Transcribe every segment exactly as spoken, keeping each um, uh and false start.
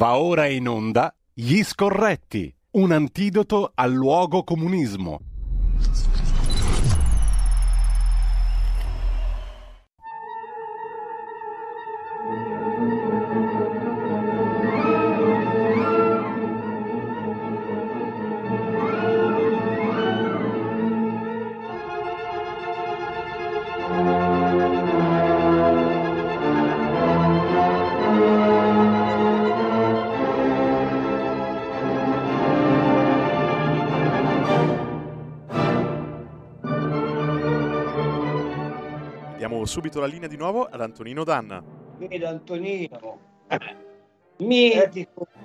Va ora in onda Gli Scorretti, un antidoto al luogo comunismo. Diamo subito la linea di nuovo ad Antonino Danna. Vedo Antonino, mitico.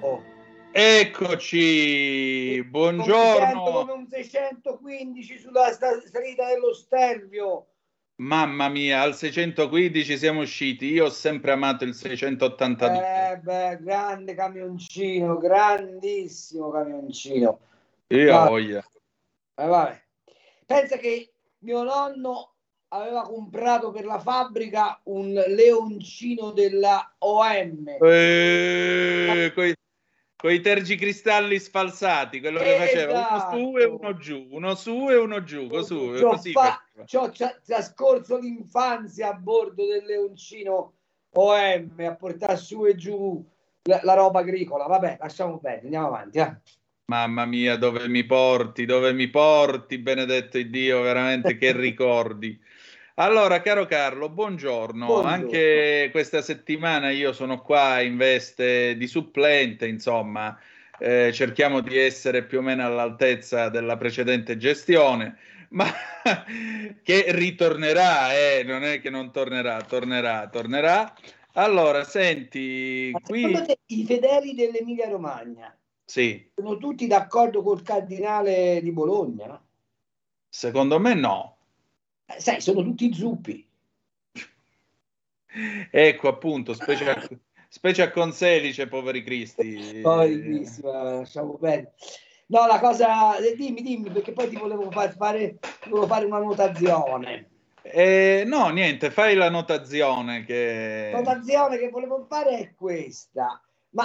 Eccoci, buongiorno. Come un seicentoquindici sulla sta- salita dello Stelvio. Mamma mia, al seicentoquindici siamo usciti. Io ho sempre amato il seicentottantadue. Eh beh, grande camioncino, grandissimo camioncino. Io Vabbè. voglia. Eh, vabbè. Pensa che mio nonno aveva comprato per la fabbrica un leoncino della O M. Eh, coi, coi tergicristalli sfalsati, quello che faceva Esatto. uno su e uno giù, uno su e uno giù, così, Ci ho così fa- faceva. ci ho ci ha- trascorso l'infanzia a bordo del leoncino O M a portare su e giù la, la roba agricola. Vabbè, lasciamo bene, andiamo avanti. Eh. Mamma mia, dove mi porti, dove mi porti, benedetto Dio, veramente che ricordi. Allora, caro Carlo, buongiorno. Buongiorno. Anche questa settimana io sono qua in veste di supplente, insomma, eh, cerchiamo di essere più o meno all'altezza della precedente gestione, ma che ritornerà, eh, non è che non tornerà, tornerà, tornerà. Allora, senti, Ma qui secondo te i fedeli dell'Emilia Romagna sì, sono tutti d'accordo col cardinale di Bologna? secondo me no. Eh, sai, sono tutti zuppi. Ecco appunto, specie a, specie a Conselice, poveri cristi. Poverissima, lasciamo bene. No, la cosa, eh, dimmi, dimmi, perché poi ti volevo far fare, ti volevo fare una notazione. Eh, no, niente, fai la notazione che... Notazione che volevo fare è questa. Ma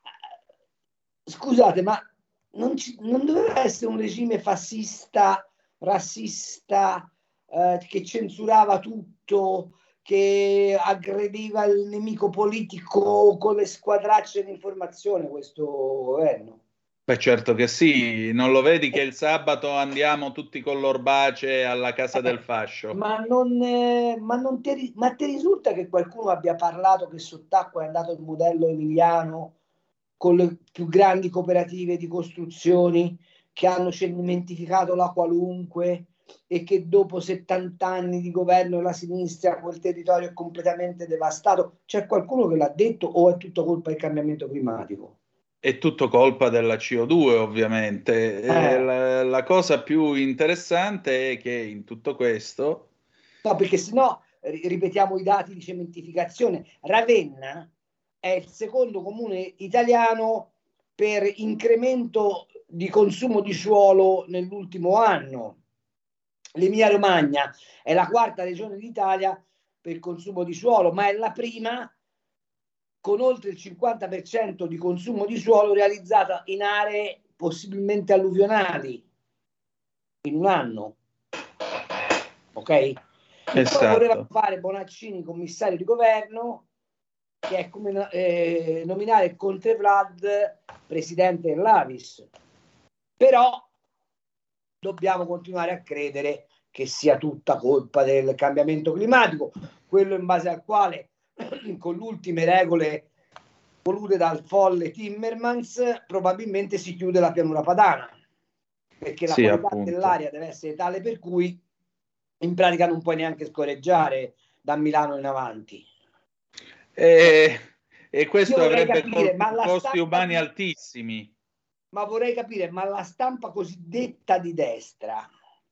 eh, scusate, ma non, ci- non doveva essere un regime fascista, razzista, eh, che censurava tutto, che aggrediva il nemico politico con le squadracce di informazione, questo governo? Beh, certo che sì, non lo vedi che il sabato andiamo tutti con l'orbace alla casa del fascio? Ma non, eh, ma non ti, ri- ma ti risulta che qualcuno abbia parlato che sott'acqua è andato il modello emiliano con le più grandi cooperative di costruzioni che hanno cementificato la qualunque e che dopo settanta anni di governo della sinistra quel territorio è completamente devastato? C'è qualcuno che l'ha detto o è tutto colpa del cambiamento climatico? È tutto colpa della C O due, ovviamente. E Eh. la, la cosa più interessante è che in tutto questo... No, perché sennò ri- ripetiamo i dati di cementificazione. Ravenna è il secondo comune italiano per incremento di consumo di suolo nell'ultimo anno. L'Emilia Romagna è la quarta regione d'Italia per consumo di suolo, ma è la prima con oltre il cinquanta per cento di consumo di suolo realizzata in aree possibilmente alluvionali in un anno. Ok? E poi Esatto. voleva fare Bonaccini commissario di governo, che è come eh, nominare Conte Vlad presidente dell'Avis. Però dobbiamo continuare a credere che sia tutta colpa del cambiamento climatico, quello in base al quale con le ultime regole volute dal folle Timmermans probabilmente si chiude la pianura padana, perché la Sì, qualità appunto. dell'aria deve essere tale per cui in pratica non puoi neanche scorreggiare da Milano in avanti. E, e questo Io vorrei avrebbe capire, col- ma la costi stampa umani di- altissimi. ma vorrei capire, ma la stampa cosiddetta di destra,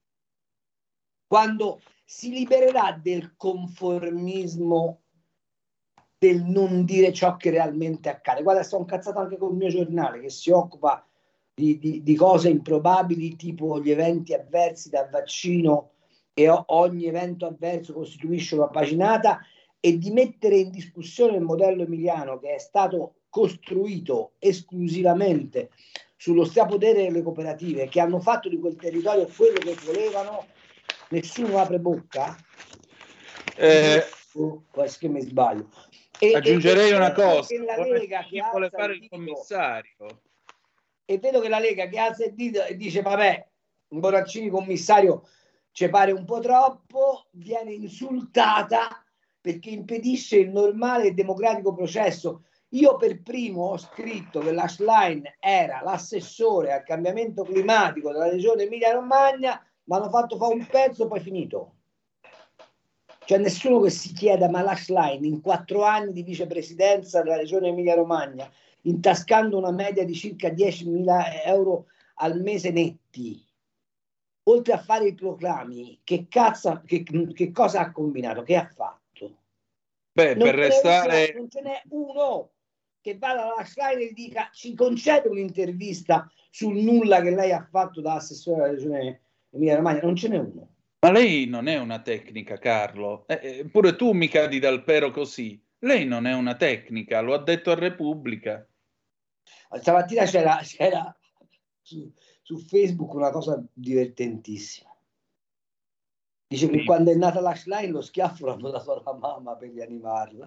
quando si libererà del conformismo, del non dire ciò che realmente accade. Guarda, sto incazzato anche con il mio giornale che si occupa di, di, di cose improbabili, tipo gli eventi avversi dal vaccino e o- ogni evento avverso costituisce una paginata, e di mettere in discussione il modello emiliano che è stato costruito esclusivamente sullo strapotere delle cooperative, che hanno fatto di quel territorio quello che volevano, nessuno apre bocca. Eh, oh, che mi sbaglio. E, aggiungerei e, una e cosa, che la Lega che vuole alza fare il il dito, commissario. E vedo che la Lega che alza il dito e dice vabbè, Bonaccini commissario ci pare un po' troppo, viene insultata perché impedisce il normale e democratico processo. Io per primo ho scritto che la Schlein era l'assessore al cambiamento climatico della regione Emilia-Romagna, ma hanno fatto fare un pezzo, poi finito. C'è nessuno che si chieda, ma la Schlein in quattro anni di vicepresidenza della regione Emilia-Romagna, intascando una media di circa diecimila euro al mese netti, oltre a fare i proclami, che cazzo, che, che cosa ha combinato? Che ha fatto? Beh, non per restare... Uno, non ce n'è uno che vada alla Schlein e dica ci concede un'intervista sul nulla che lei ha fatto da assessore della regione Emilia-Romagna. Non ce n'è uno. Ma lei non è una tecnica, Carlo. Eh, pure tu mi cadi dal pero così. Lei non è una tecnica, lo ha detto a Repubblica. Stamattina c'era, c'era su, su Facebook una cosa divertentissima. Dice che sì, quando è nata la Schlein lo schiaffo l'hanno dato alla mamma per rianimarla.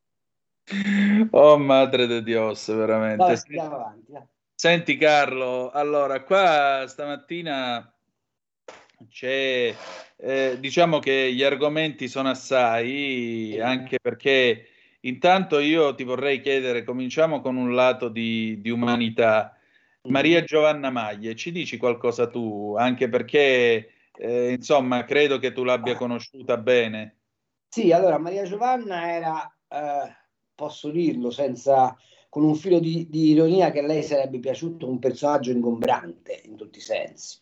Oh madre de Dios, veramente. Vabbè, andiamo avanti. Eh. Senti Carlo, allora qua stamattina c'è, eh, diciamo che gli argomenti sono assai, sì, anche perché intanto io ti vorrei chiedere, cominciamo con un lato di, di umanità. Maria Giovanna Maglie, ci dici qualcosa tu? Anche perché, eh, insomma, credo che tu l'abbia conosciuta bene. Sì, allora Maria Giovanna era, eh, posso dirlo senza, con un filo di, di ironia, che a lei sarebbe piaciuto un personaggio ingombrante in tutti i sensi.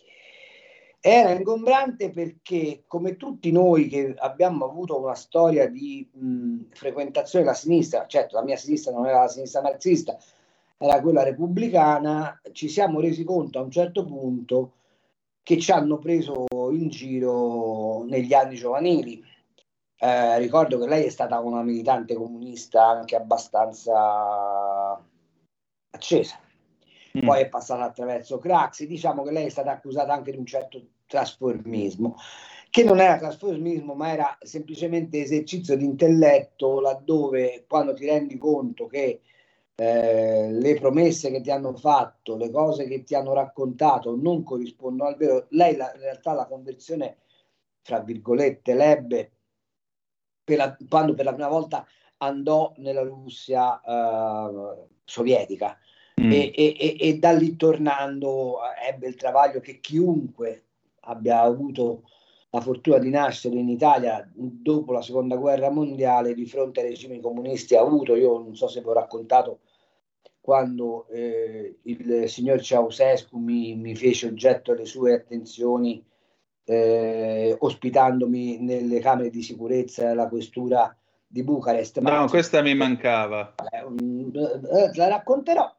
Era ingombrante perché, come tutti noi che abbiamo avuto una storia di mh, frequentazione della sinistra, certo la mia sinistra non era la sinistra marxista, era quella repubblicana, ci siamo resi conto a un certo punto che ci hanno preso in giro negli anni giovanili. Eh, ricordo che lei è stata una militante comunista anche abbastanza accesa. Poi è passata attraverso Craxi, diciamo che lei è stata accusata anche di un certo trasformismo, che non era trasformismo, ma era semplicemente esercizio di intelletto, laddove quando ti rendi conto che eh, le promesse che ti hanno fatto, le cose che ti hanno raccontato non corrispondono al vero, lei la, in realtà la conversione, fra virgolette, l'ebbe per la, quando per la prima volta andò nella Russia eh, sovietica. Mm. E, e, e da lì tornando ebbe il travaglio che chiunque abbia avuto la fortuna di nascere in Italia dopo la seconda guerra mondiale di fronte ai regimi comunisti ha avuto. Io non so se vi ho raccontato quando eh, il signor Ceausescu mi, mi fece oggetto delle sue attenzioni eh, ospitandomi nelle camere di sicurezza della questura di Bucarest. No, ma questa mi mancava. Eh, la racconterò.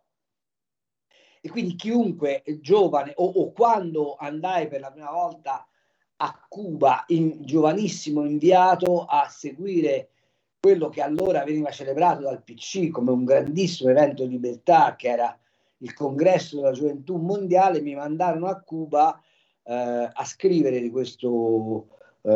E quindi chiunque giovane o, o quando andai per la prima volta a Cuba, in giovanissimo inviato a seguire quello che allora veniva celebrato dal P C come un grandissimo evento di libertà, che era il congresso della gioventù mondiale, mi mandarono a Cuba eh, a scrivere di questo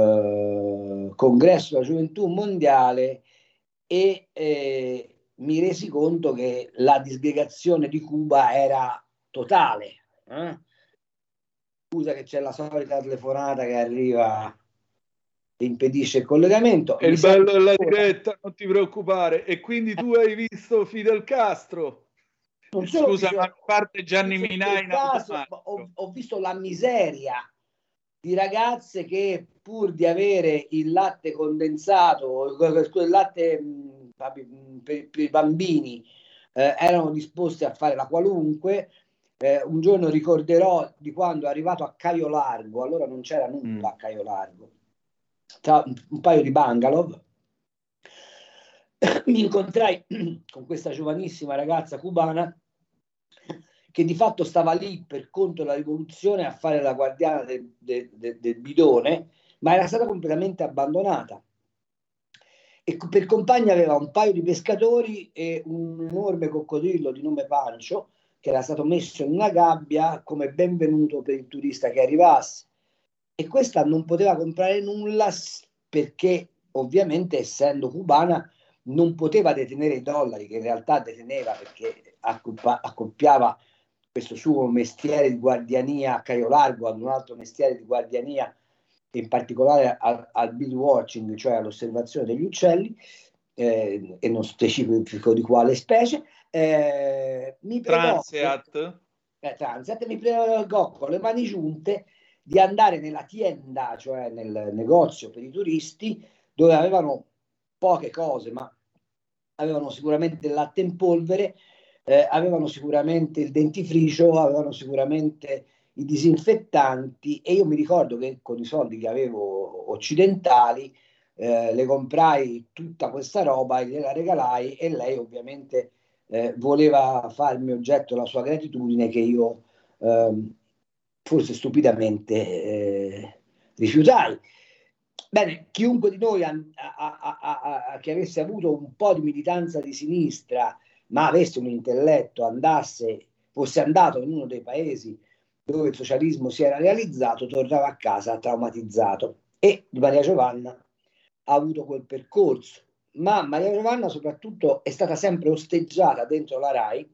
eh, congresso della gioventù mondiale e eh, mi resi conto che la disgregazione di Cuba era totale. Eh? Scusa che c'è la solita telefonata che arriva e impedisce il collegamento. È il bello della diretta, non ti preoccupare. E quindi tu hai visto Fidel Castro? Non solo Scusa, visto, ma a parte Gianni Minà in caso, ho, ho visto la miseria di ragazze che pur di avere il latte condensato, il latte mh, per, per i bambini, eh, erano disposti a fare la qualunque. Eh, un giorno ricorderò di quando è arrivato a Caio Largo, allora non c'era nulla mm. a Caio Largo, tra un, un paio di bungalow. Mi incontrai con questa giovanissima ragazza cubana che di fatto stava lì per conto della rivoluzione a fare la guardiana del, del, del, del bidone, ma era stata completamente abbandonata. e per compagni aveva un paio di pescatori e un enorme coccodrillo di nome Pancio, che era stato messo in una gabbia come benvenuto per il turista che arrivasse. E questa non poteva comprare nulla perché ovviamente, essendo cubana, non poteva detenere i dollari, che in realtà deteneva perché accoppa- accoppiava questo suo mestiere di guardiania a Caio Largo ad un altro mestiere di guardiania, in particolare al, al bird watching, cioè all'osservazione degli uccelli, eh, e non specifico di quale specie. Eh, mi pregò, Transeat. eh, Transeat mi pregò con le mani giunte di andare nella tienda, cioè nel negozio per i turisti, dove avevano poche cose, ma avevano sicuramente il latte in polvere, eh, avevano sicuramente il dentifricio, avevano sicuramente i disinfettanti, e io mi ricordo che con i soldi che avevo occidentali eh, le comprai tutta questa roba e gliela regalai, e lei ovviamente eh, voleva farmi oggetto della sua gratitudine, che io eh, forse stupidamente eh, rifiutai. Bene, chiunque di noi a, a, a, a, che avesse avuto un po' di militanza di sinistra, ma avesse un intelletto, andasse, fosse andato in uno dei paesi dove il socialismo si era realizzato, tornava a casa traumatizzato. E di Maria Giovanna ha avuto quel percorso. Ma Maria Giovanna soprattutto è stata sempre osteggiata dentro la RAI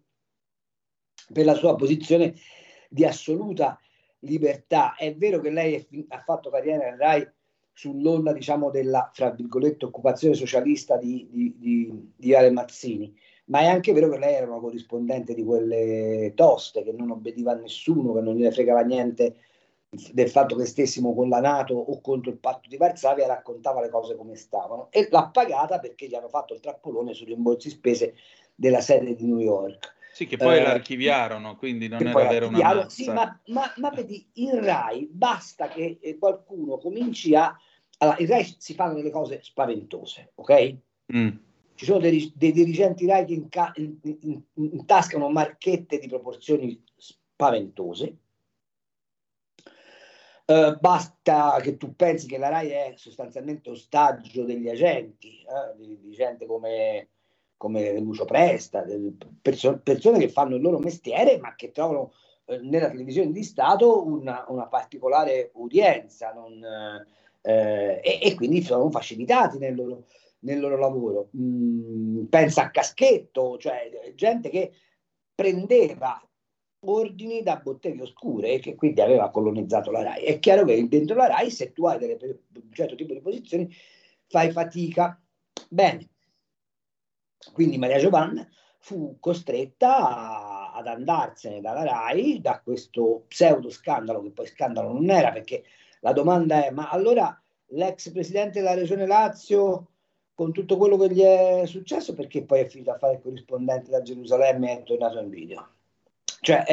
per la sua posizione di assoluta libertà. È vero che lei è, ha fatto carriera in RAI sull'onda, diciamo, della, fra virgolette, occupazione socialista di, di, di, di Ale Mazzini, ma è anche vero che lei era una corrispondente di quelle toste, che non obbediva a nessuno, che non gliene fregava niente del fatto che stessimo con la NATO o contro il patto di Varsavia, raccontava le cose come stavano, e l'ha pagata perché gli hanno fatto il trappolone sui rimborsi spese della sede di New York. Sì, che poi eh, l'archiviarono, quindi non era vera una mazza. Sì, ma, ma, ma vedi, in RAI basta che eh, qualcuno cominci a... Allora, in RAI si fanno delle cose spaventose, ok? Mm. Ci sono dei, dei dirigenti RAI che inca- in, in, intascano marchette di proporzioni spaventose. Uh, basta che tu pensi che la RAI è sostanzialmente ostaggio degli agenti, eh, di, di gente come, come Lucio Presta, perso- persone che fanno il loro mestiere ma che trovano eh, nella televisione di Stato una, una particolare udienza, non, eh, e, e quindi sono facilitati nel loro, nel loro lavoro. Mm, pensa a Caschetto, cioè gente che prendeva ordini da botteghe oscure e che quindi aveva colonizzato la RAI. È chiaro che dentro la RAI, se tu hai delle, un certo tipo di posizioni, fai fatica. Bene, quindi Maria Giovanna fu costretta a, ad andarsene dalla RAI, da questo pseudo scandalo, che poi scandalo non era, perché la domanda è: ma allora l'ex presidente della regione Lazio, con tutto quello che gli è successo, perché poi è finito a fare il corrispondente da Gerusalemme e è tornato in video? Cioè,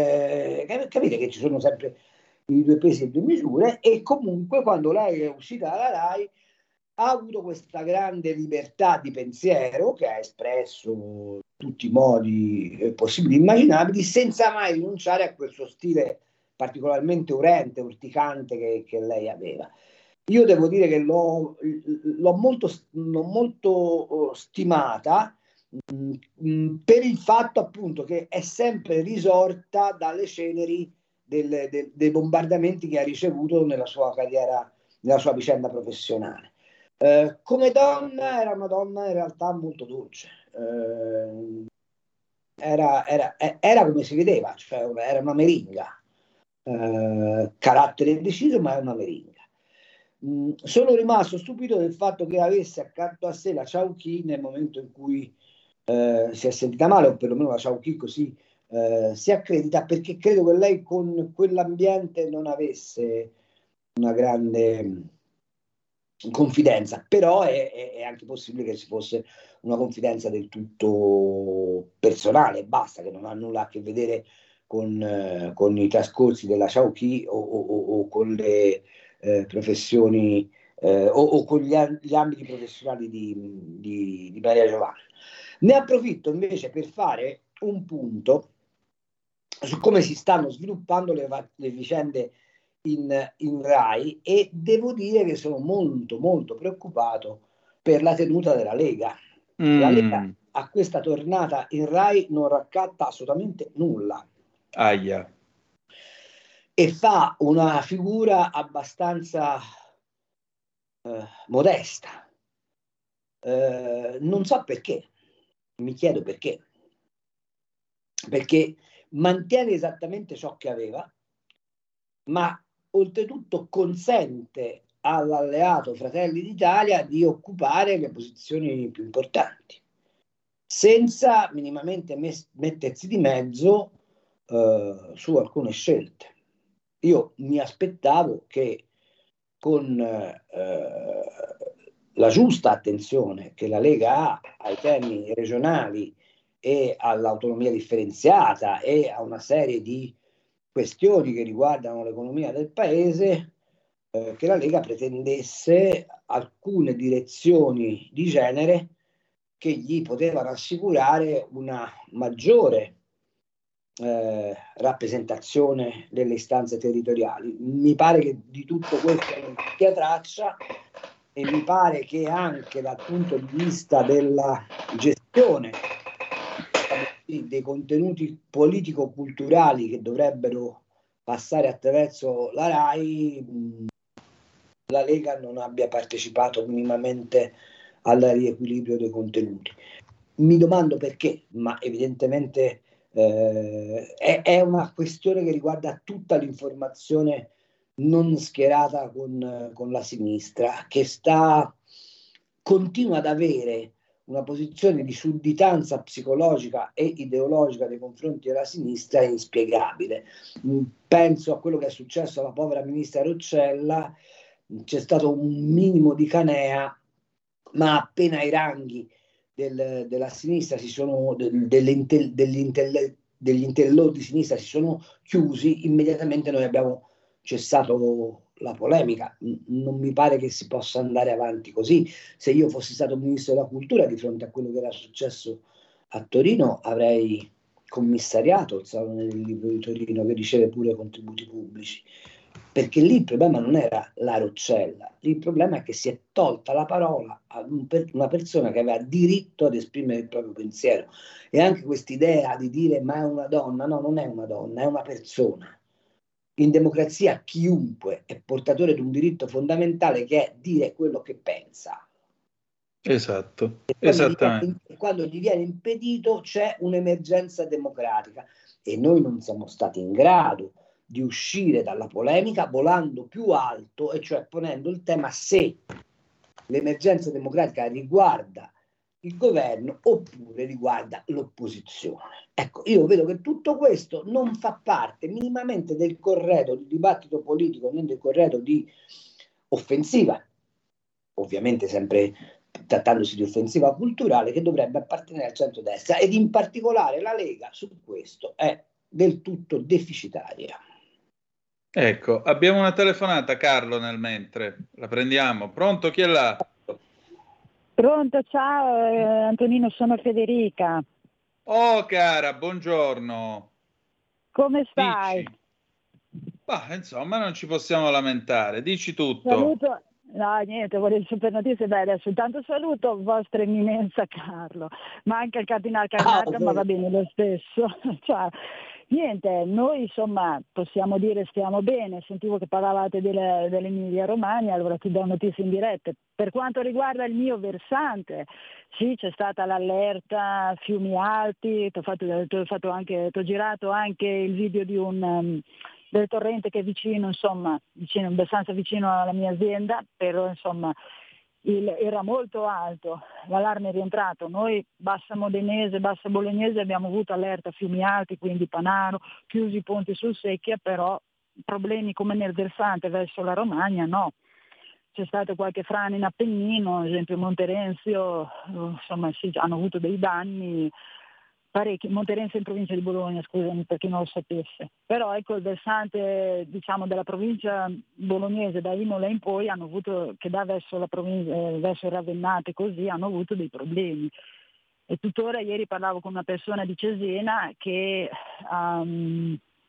eh, capite che ci sono sempre i due pesi e due misure, e comunque quando lei è uscita dalla RAI ha avuto questa grande libertà di pensiero che ha espresso in tutti i modi eh, possibili e immaginabili, senza mai rinunciare a quel suo stile particolarmente urente, urticante che, che lei aveva. Io devo dire che l'ho, l'ho molto, l'ho molto stimata, mh, per il fatto appunto che è sempre risorta dalle ceneri del, del, dei bombardamenti che ha ricevuto nella sua carriera, nella sua vicenda professionale. Eh, come donna era una donna in realtà molto dolce, eh, era, era, era come si vedeva, cioè era una meringa, eh, carattere deciso, ma è una meringa. Mm, sono rimasto stupito del fatto che avesse accanto a sé la Chauchi nel momento in cui eh, si è sentita male, o perlomeno la Chauchi così eh, si accredita, perché credo che lei con quell'ambiente non avesse una grande confidenza, però è, è, è anche possibile che ci fosse una confidenza del tutto personale, basta, che non ha nulla a che vedere con, eh, con i trascorsi della Chauchi o, o, o con le eh, professioni eh, o, o con gli, gli ambiti professionali di, di, di Maria Giovanna. Ne approfitto invece per fare un punto su come si stanno sviluppando le, le vicende in, in RAI, e devo dire che sono molto molto preoccupato per la tenuta della Lega. Mm. La Lega a questa tornata in Rai non raccatta assolutamente nulla. Aia. E fa una figura abbastanza eh, modesta. Eh, non so perché, mi chiedo perché. Perché mantiene esattamente ciò che aveva, ma oltretutto consente all'alleato Fratelli d'Italia di occupare le posizioni più importanti, senza minimamente mes- mettersi di mezzo eh, su alcune scelte. Io mi aspettavo che con eh, la giusta attenzione che la Lega ha ai temi regionali e all'autonomia differenziata e a una serie di questioni che riguardano l'economia del paese, eh, che la Lega pretendesse alcune direzioni di genere che gli potevano assicurare una maggiore eh, rappresentazione delle istanze territoriali. Mi pare che di tutto questo non ci sia traccia, e mi pare che anche dal punto di vista della gestione dei contenuti politico-culturali che dovrebbero passare attraverso la RAI, mh, la Lega non abbia partecipato minimamente al riequilibrio dei contenuti. Mi domando perché, ma evidentemente eh, è, è una questione che riguarda tutta l'informazione non schierata con, con la sinistra, che sta continua ad avere una posizione di sudditanza psicologica e ideologica nei confronti della sinistra inspiegabile. Penso a quello che è successo alla povera ministra Roccella. C'è stato un minimo di canea, ma appena i ranghi del, della sinistra si sono del, dell'intel, dell'intel, degli intelloti di sinistra si sono chiusi, immediatamente noi abbiamo cessato la polemica. Non mi pare che si possa andare avanti così. Se io fossi stato ministro della cultura, di fronte a quello che era successo a Torino, avrei commissariato il Salone del Libro di Torino, che riceve pure contributi pubblici, perché lì il problema non era la Roccella, lì il problema è che si è tolta la parola a un per, una persona che aveva diritto ad esprimere il proprio pensiero. E anche quest'idea di dire ma è una donna, no, non è una donna, è una persona. In democrazia chiunque è portatore di un diritto fondamentale, che è dire quello che pensa. Esatto, E quando, esattamente. gli viene, quando gli viene impedito c'è un'emergenza democratica, e noi non siamo stati in grado di uscire dalla polemica volando più alto, e cioè ponendo il tema se l'emergenza democratica riguarda il governo oppure riguarda l'opposizione. Ecco, io vedo che tutto questo non fa parte minimamente del corredo di dibattito politico, né del corredo di offensiva, ovviamente sempre trattandosi di offensiva culturale, che dovrebbe appartenere al centrodestra, ed in particolare la Lega su questo è del tutto deficitaria. Ecco, abbiamo una telefonata, Carlo, nel mentre. La prendiamo. Pronto? Chi è là? Pronto, ciao eh, Antonino, sono Federica. Oh, cara, buongiorno. Come stai? Dici. Bah, insomma, non ci possiamo lamentare. Dici tutto. Saluto. No, niente, volevo super notizie. Beh, adesso intanto saluto vostra eminenza Carlo, ma anche il cardinale Carnacca, Ah, ma va bene lo stesso. Cioè, niente, noi insomma possiamo dire stiamo bene. Sentivo che parlavate delle, dell'Emilia Romagna, allora ti do notizie in diretta. Per quanto riguarda il mio versante, sì, c'è stata l'allerta fiumi alti, t'ho fatto, t'ho fatto anche, t'ho girato anche il video di un um, del torrente che è vicino, insomma, vicino, abbastanza vicino alla mia azienda, però insomma il, era molto alto, l'allarme è rientrato. Noi Bassa Modenese, Bassa Bolognese abbiamo avuto allerta fiumi alti, quindi Panaro, chiusi i ponti sul Secchia, però problemi come nel versante verso la Romagna no. C'è stato qualche frana in Appennino, ad esempio Monterenzio, insomma sì, hanno avuto dei danni parecchi. Monterenzio in provincia di Bologna, scusami per chi non lo sapesse. Però ecco il versante diciamo della provincia bolognese, da Imola in poi, hanno avuto, che dà verso la provincia, eh, verso Ravennate così, hanno avuto dei problemi. E tuttora ieri parlavo con una persona di Cesena che um,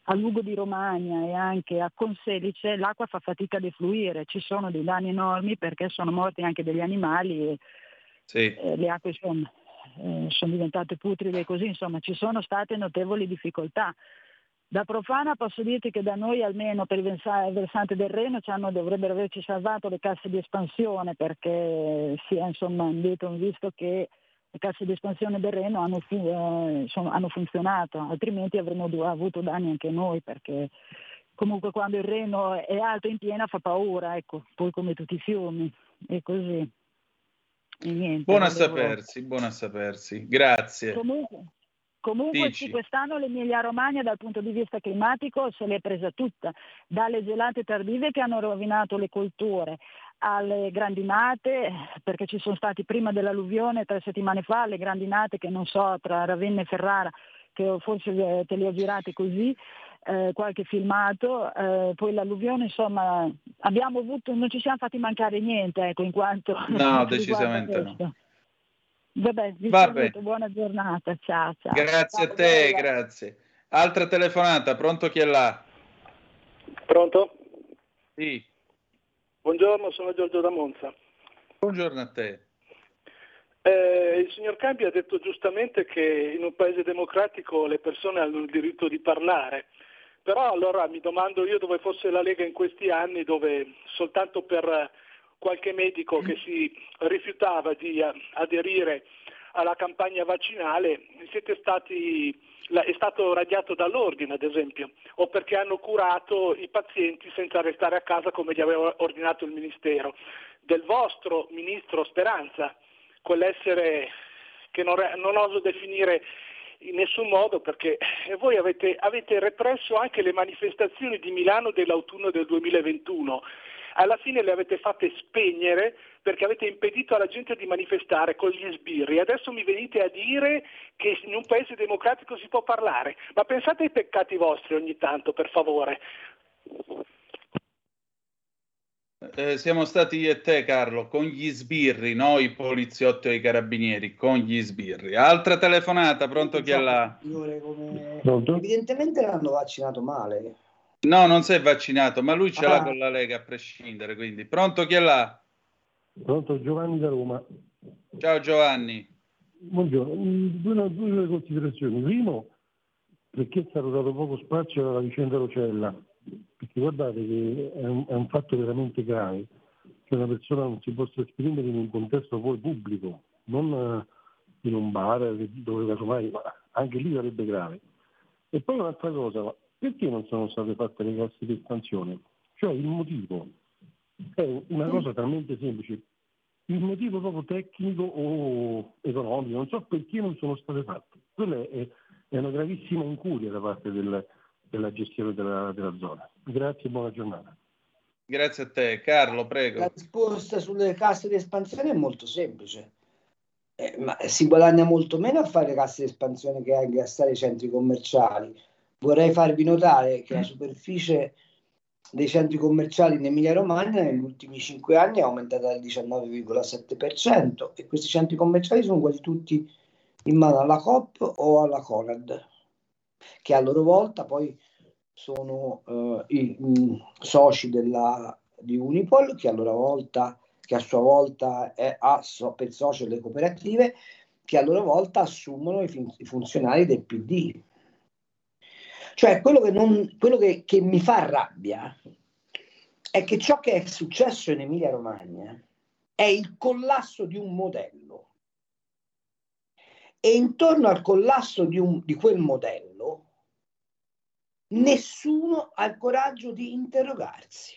a Lugo di Romagna e anche a Conselice l'acqua fa fatica a defluire, ci sono dei danni enormi perché sono morti anche degli animali e sì. eh, le acque sono, eh, sono diventate putride e così, insomma ci sono state notevoli difficoltà. Da profana posso dirti che da noi, almeno per il versante del Reno, ci hanno, dovrebbero averci salvato le casse di espansione, perché si è insomma indietro visto che le casse di espansione del Reno hanno, eh, sono, hanno funzionato, altrimenti avremmo avuto danni anche noi, perché comunque quando il Reno è alto in piena fa paura, ecco, poi come tutti i fiumi, e così. E niente, buono a volevo... sapersi, buono a sapersi, grazie. Comunque... Comunque sì, quest'anno l'Emilia Romagna dal punto di vista climatico se l'è presa tutta, dalle gelate tardive che hanno rovinato le colture, alle grandinate, perché ci sono stati prima dell'alluvione tre settimane fa, le grandinate che non so, tra Ravenna e Ferrara, che forse te le ho girate così, eh, qualche filmato, eh, poi l'alluvione, insomma abbiamo avuto, non ci siamo fatti mancare niente, ecco, in quanto no, decisamente no. Vabbè, vi Vabbè. saluto, buona giornata, ciao ciao. Grazie ciao, a te, bella. grazie. Altra telefonata, pronto, chi è là? Pronto? Sì. Buongiorno, sono Giorgio da Monza. Buongiorno a te. Eh, il signor Campi ha detto giustamente che in un paese democratico le persone hanno il diritto di parlare, però allora mi domando io dove fosse la Lega in questi anni, dove soltanto per qualche medico che si rifiutava di aderire alla campagna vaccinale siete stati, è stato radiato dall'ordine ad esempio, o perché hanno curato i pazienti senza restare a casa come gli aveva ordinato il Ministero. Del vostro Ministro Speranza, quell'essere che non, non oso definire in nessun modo, perché voi avete, avete represso anche le manifestazioni di Milano dell'autunno del duemilaventuno. Alla fine le avete fatte spegnere perché avete impedito alla gente di manifestare con gli sbirri. Adesso mi venite a dire che in un paese democratico si può parlare. Ma pensate ai peccati vostri ogni tanto, per favore. Eh, siamo stati io e te, Carlo, con gli sbirri, no i poliziotti o i carabinieri, con gli sbirri. Altra telefonata, pronto, chi è là? Come... Evidentemente l'hanno vaccinato male. No, non si è vaccinato, ma lui ce l'ha Ah. con la Lega a prescindere, quindi. Pronto, chi è là? Pronto, Giovanni da Roma. Ciao Giovanni. Buongiorno, due, due considerazioni. Primo, perché è stato dato poco spazio alla vicenda Rocella? Perché guardate che è un, è un fatto veramente grave, che una persona non si possa esprimere in un contesto poi pubblico, non in un bar dove casomai, ma anche lì sarebbe grave. E poi un'altra cosa, perché non sono state fatte le casse di espansione? Cioè il motivo è una cosa talmente semplice, il motivo proprio tecnico o economico, non so perché non sono state fatte. Quella è, è una gravissima incuria da parte del, della gestione della, della zona. Grazie e buona giornata. Grazie a te. Carlo, prego. La risposta sulle casse di espansione è molto semplice. Eh, ma si guadagna molto meno a fare casse di espansione che a ingrassare i centri commerciali. Vorrei farvi notare che la superficie dei centri commerciali in Emilia Romagna negli ultimi cinque anni è aumentata del diciannove virgola sette per cento e questi centri commerciali sono quasi tutti in mano alla Coop o alla Conad, che a loro volta poi sono uh, i mh, soci della, di Unipol, che a loro volta che a sua volta è, ha so, per socio le cooperative, che a loro volta assumono i, fin- i funzionari del P D. Cioè quello, che, non, quello che, che mi fa rabbia è che ciò che è successo in Emilia Romagna è il collasso di un modello e intorno al collasso di, un, di quel modello nessuno ha il coraggio di interrogarsi.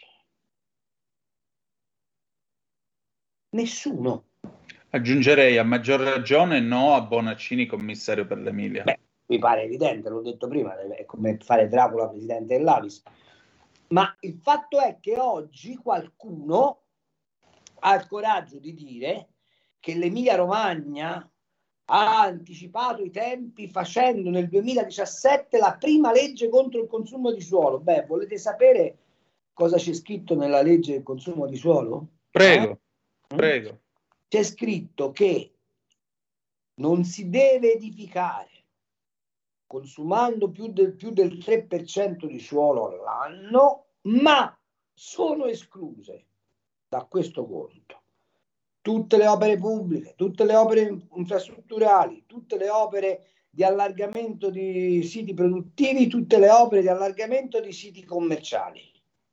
Nessuno. Aggiungerei a maggior ragione no a Bonaccini commissario per l'Emilia. Beh, mi pare evidente, l'ho detto prima, è come fare Dracula presidente dell'Avis. Ma il fatto è che oggi qualcuno ha il coraggio di dire che l'Emilia Romagna ha anticipato i tempi facendo nel duemiladiciassette la prima legge contro il consumo di suolo. Beh, volete sapere cosa c'è scritto nella legge del consumo di suolo? Prego, eh? prego. C'è scritto che non si deve edificare consumando più del, più del tre per cento di suolo all'anno, ma sono escluse da questo conto tutte le opere pubbliche, tutte le opere infrastrutturali, tutte le opere di allargamento di siti produttivi, tutte le opere di allargamento di siti commerciali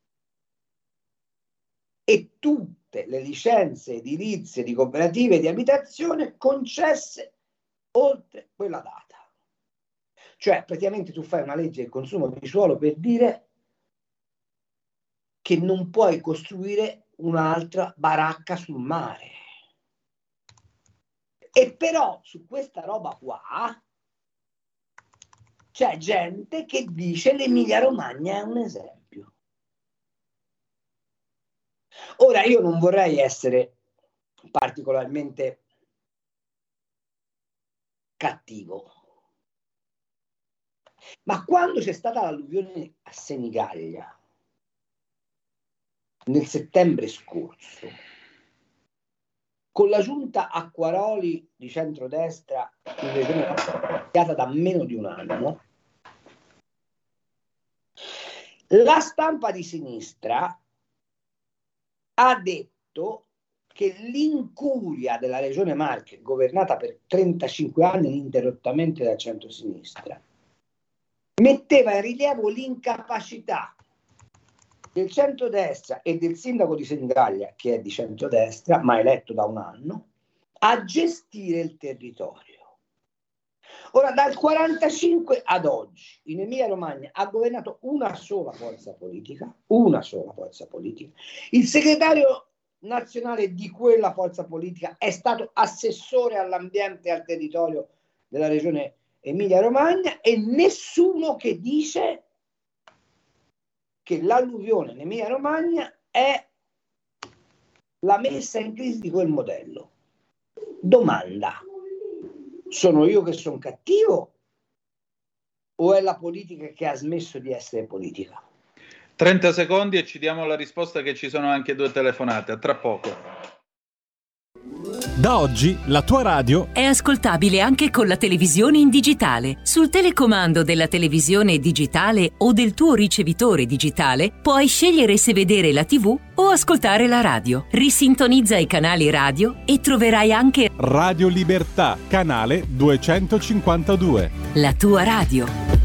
e tutte le licenze edilizie di cooperative di abitazione concesse oltre quella data. Cioè praticamente tu fai una legge del consumo di suolo per dire che non puoi costruire un'altra baracca sul mare. E però su questa roba qua c'è gente che dice l'Emilia Romagna è un esempio. Ora io non vorrei essere particolarmente cattivo, ma quando c'è stata l'alluvione a Senigallia nel settembre scorso, con la giunta Acquaroli di centrodestra in regione iniziata da meno di un anno, la stampa di sinistra ha detto che l'incuria della regione Marche, governata per trentacinque anni ininterrottamente dal centrosinistra, metteva in rilievo l'incapacità del centrodestra e del sindaco di Senigallia, che è di centrodestra, ma eletto da un anno, a gestire il territorio. Ora, dal quarantacinque ad oggi, in Emilia Romagna ha governato una sola forza politica, una sola forza politica. Il segretario nazionale di quella forza politica è stato assessore all'ambiente e al territorio della regione Emilia Romagna e nessuno che dice che l'alluvione in Emilia Romagna è la messa in crisi di quel modello. Domanda: sono io che sono cattivo o è la politica che ha smesso di essere politica? trenta secondi e ci diamo la risposta, che ci sono anche due telefonate. A tra poco. Da oggi la tua radio è ascoltabile anche con la televisione in digitale. Sul telecomando della televisione digitale o del tuo ricevitore digitale puoi scegliere se vedere la tivù o ascoltare la radio. Risintonizza i canali radio e troverai anche Radio Libertà, canale duecentocinquantadue. La tua radio.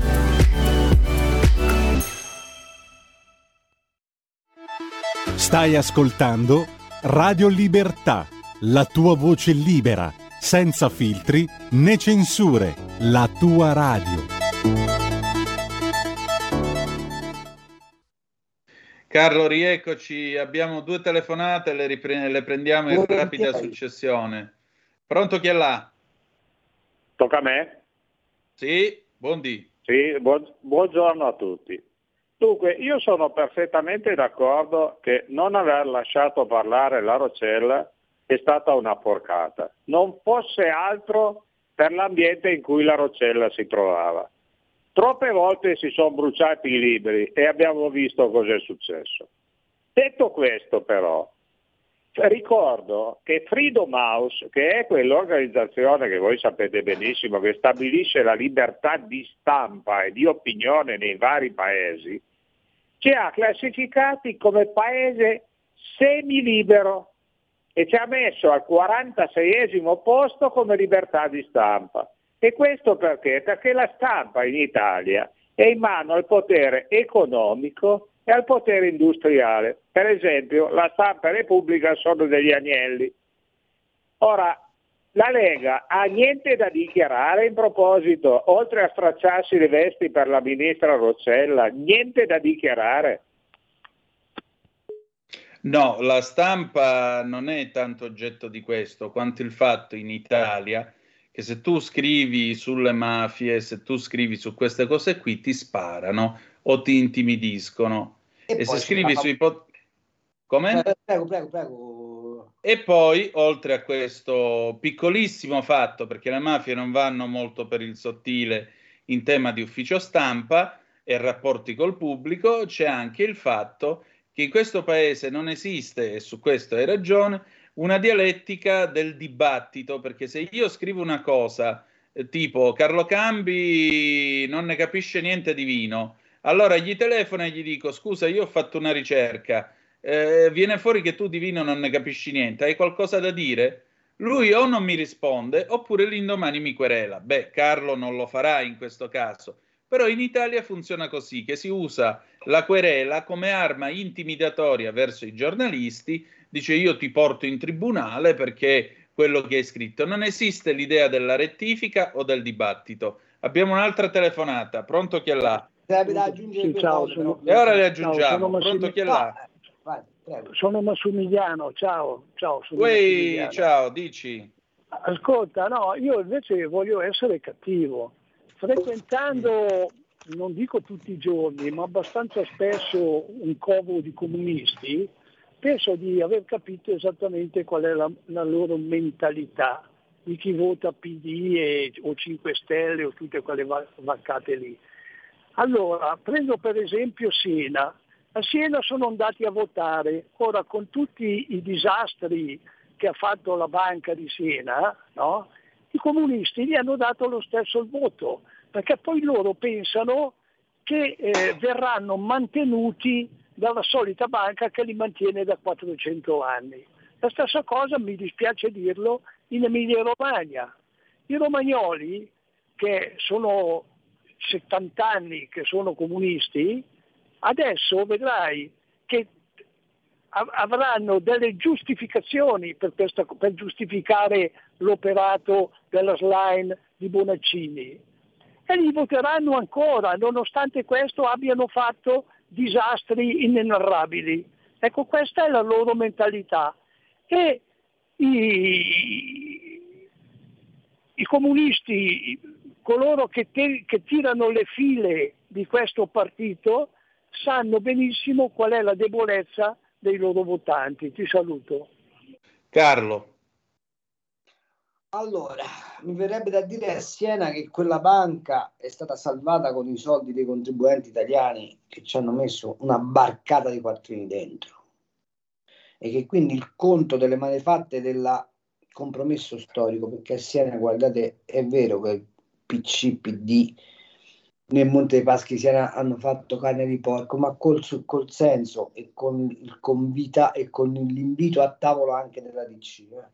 Stai ascoltando Radio Libertà, la tua voce libera, senza filtri né censure, la tua radio. Carlo, rieccoci, abbiamo due telefonate, le, ripre- le prendiamo in rapida successione. Pronto, chi è là? Tocca a me? Sì, buondì. Sì, buon- buongiorno a tutti. Dunque, io sono perfettamente d'accordo che non aver lasciato parlare la Roccella è stata una porcata. Non fosse altro per l'ambiente in cui la Roccella si trovava. Troppe volte si sono bruciati i libri e abbiamo visto cosa è successo. Detto questo, però, ricordo che Freedom House, che è quell'organizzazione che voi sapete benissimo che stabilisce la libertà di stampa e di opinione nei vari paesi, ci ha classificati come paese semilibero e ci ha messo al quarantaseiesimo posto come libertà di stampa. E questo perché? Perché la stampa in Italia è in mano al potere economico e al potere industriale. Per esempio, la stampa e la Repubblica sono degli agnelli. Ora, la Lega ha niente da dichiarare in proposito, oltre a stracciarsi le vesti per la ministra Roccella, niente da dichiarare? No, la stampa non è tanto oggetto di questo, quanto il fatto in Italia che se tu scrivi sulle mafie, se tu scrivi su queste cose qui, ti sparano o ti intimidiscono. E, e se scrivi fa... sui... Pot- Come? Prego, prego, prego. E poi, oltre a questo piccolissimo fatto, perché le mafie non vanno molto per il sottile in tema di ufficio stampa e rapporti col pubblico, c'è anche il fatto che in questo paese non esiste, e su questo hai ragione, una dialettica del dibattito, perché se io scrivo una cosa eh, tipo Carlo Cambi non ne capisce niente di vino, allora gli telefono e gli dico scusa, io ho fatto una ricerca, eh, viene fuori che tu di vino non ne capisci niente, hai qualcosa da dire? Lui o non mi risponde oppure l'indomani mi querela. Beh, Carlo non lo farà in questo caso, però in Italia funziona così, che si usa la querela come arma intimidatoria verso i giornalisti, dice io ti porto in tribunale perché quello che hai scritto. Non esiste l'idea della rettifica o del dibattito. Abbiamo un'altra telefonata, pronto chi è là? Sarebbe da aggiungere Sì, due ciao, cose, sono- però. E ora le Ciao, aggiungiamo, sono pronto chi è No, là? eh, vai, prego. Sono Massimiliano, ciao, ciao, sono Uè, Massimiliano. ciao, dici. Ascolta, no, io invece voglio essere cattivo. Frequentando, non dico tutti i giorni, ma abbastanza spesso un covo di comunisti, penso di aver capito esattamente qual è la, la loro mentalità di chi vota P D e, o cinque Stelle o tutte quelle va- vaccate lì. Allora, prendo per esempio Siena. A Siena sono andati a votare, ora con tutti i disastri che ha fatto la banca di Siena, no? I comunisti gli hanno dato lo stesso il voto, perché poi loro pensano che eh, verranno mantenuti dalla solita banca che li mantiene da quattrocento anni. La stessa cosa, mi dispiace dirlo, in Emilia Romagna. I romagnoli, che sono settanta anni che sono comunisti, adesso vedrai che avranno delle giustificazioni per, questa, per giustificare l'operato della Schlein di Bonaccini e li voteranno ancora, nonostante questo abbiano fatto disastri inenarrabili. Ecco, questa è la loro mentalità. E i, i comunisti, coloro che, te, che tirano le file di questo partito, sanno benissimo qual è la debolezza dei loro votanti. Ti saluto. Carlo. Allora, mi verrebbe da dire a Siena che quella banca è stata salvata con i soldi dei contribuenti italiani che ci hanno messo una barcata di quattrini dentro e che quindi il conto delle malefatte del compromesso storico, perché a Siena, guardate, è vero che il P C, P D nel Monte dei Paschi Siena hanno fatto carne di porco, ma col, col senso e con il convita e con l'invito a tavolo anche della D C. Eh.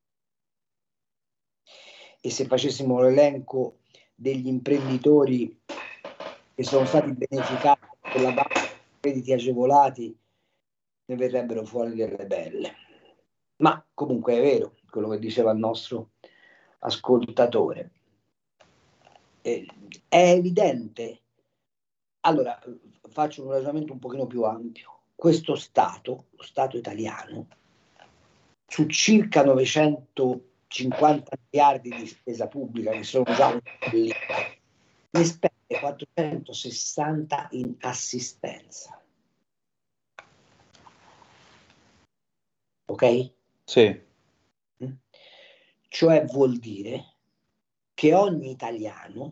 E se facessimo l'elenco degli imprenditori che sono stati beneficati con la banca, crediti agevolati, ne verrebbero fuori delle belle. Ma comunque è vero quello che diceva il nostro ascoltatore. Eh, è evidente. Allora, faccio un ragionamento un pochino più ampio. Questo Stato, lo Stato italiano, su circa novecentocinquanta miliardi di spesa pubblica che sono già un lì, ne spende quattrocentosessanta in assistenza. Ok? Sì. Cioè vuol dire che ogni italiano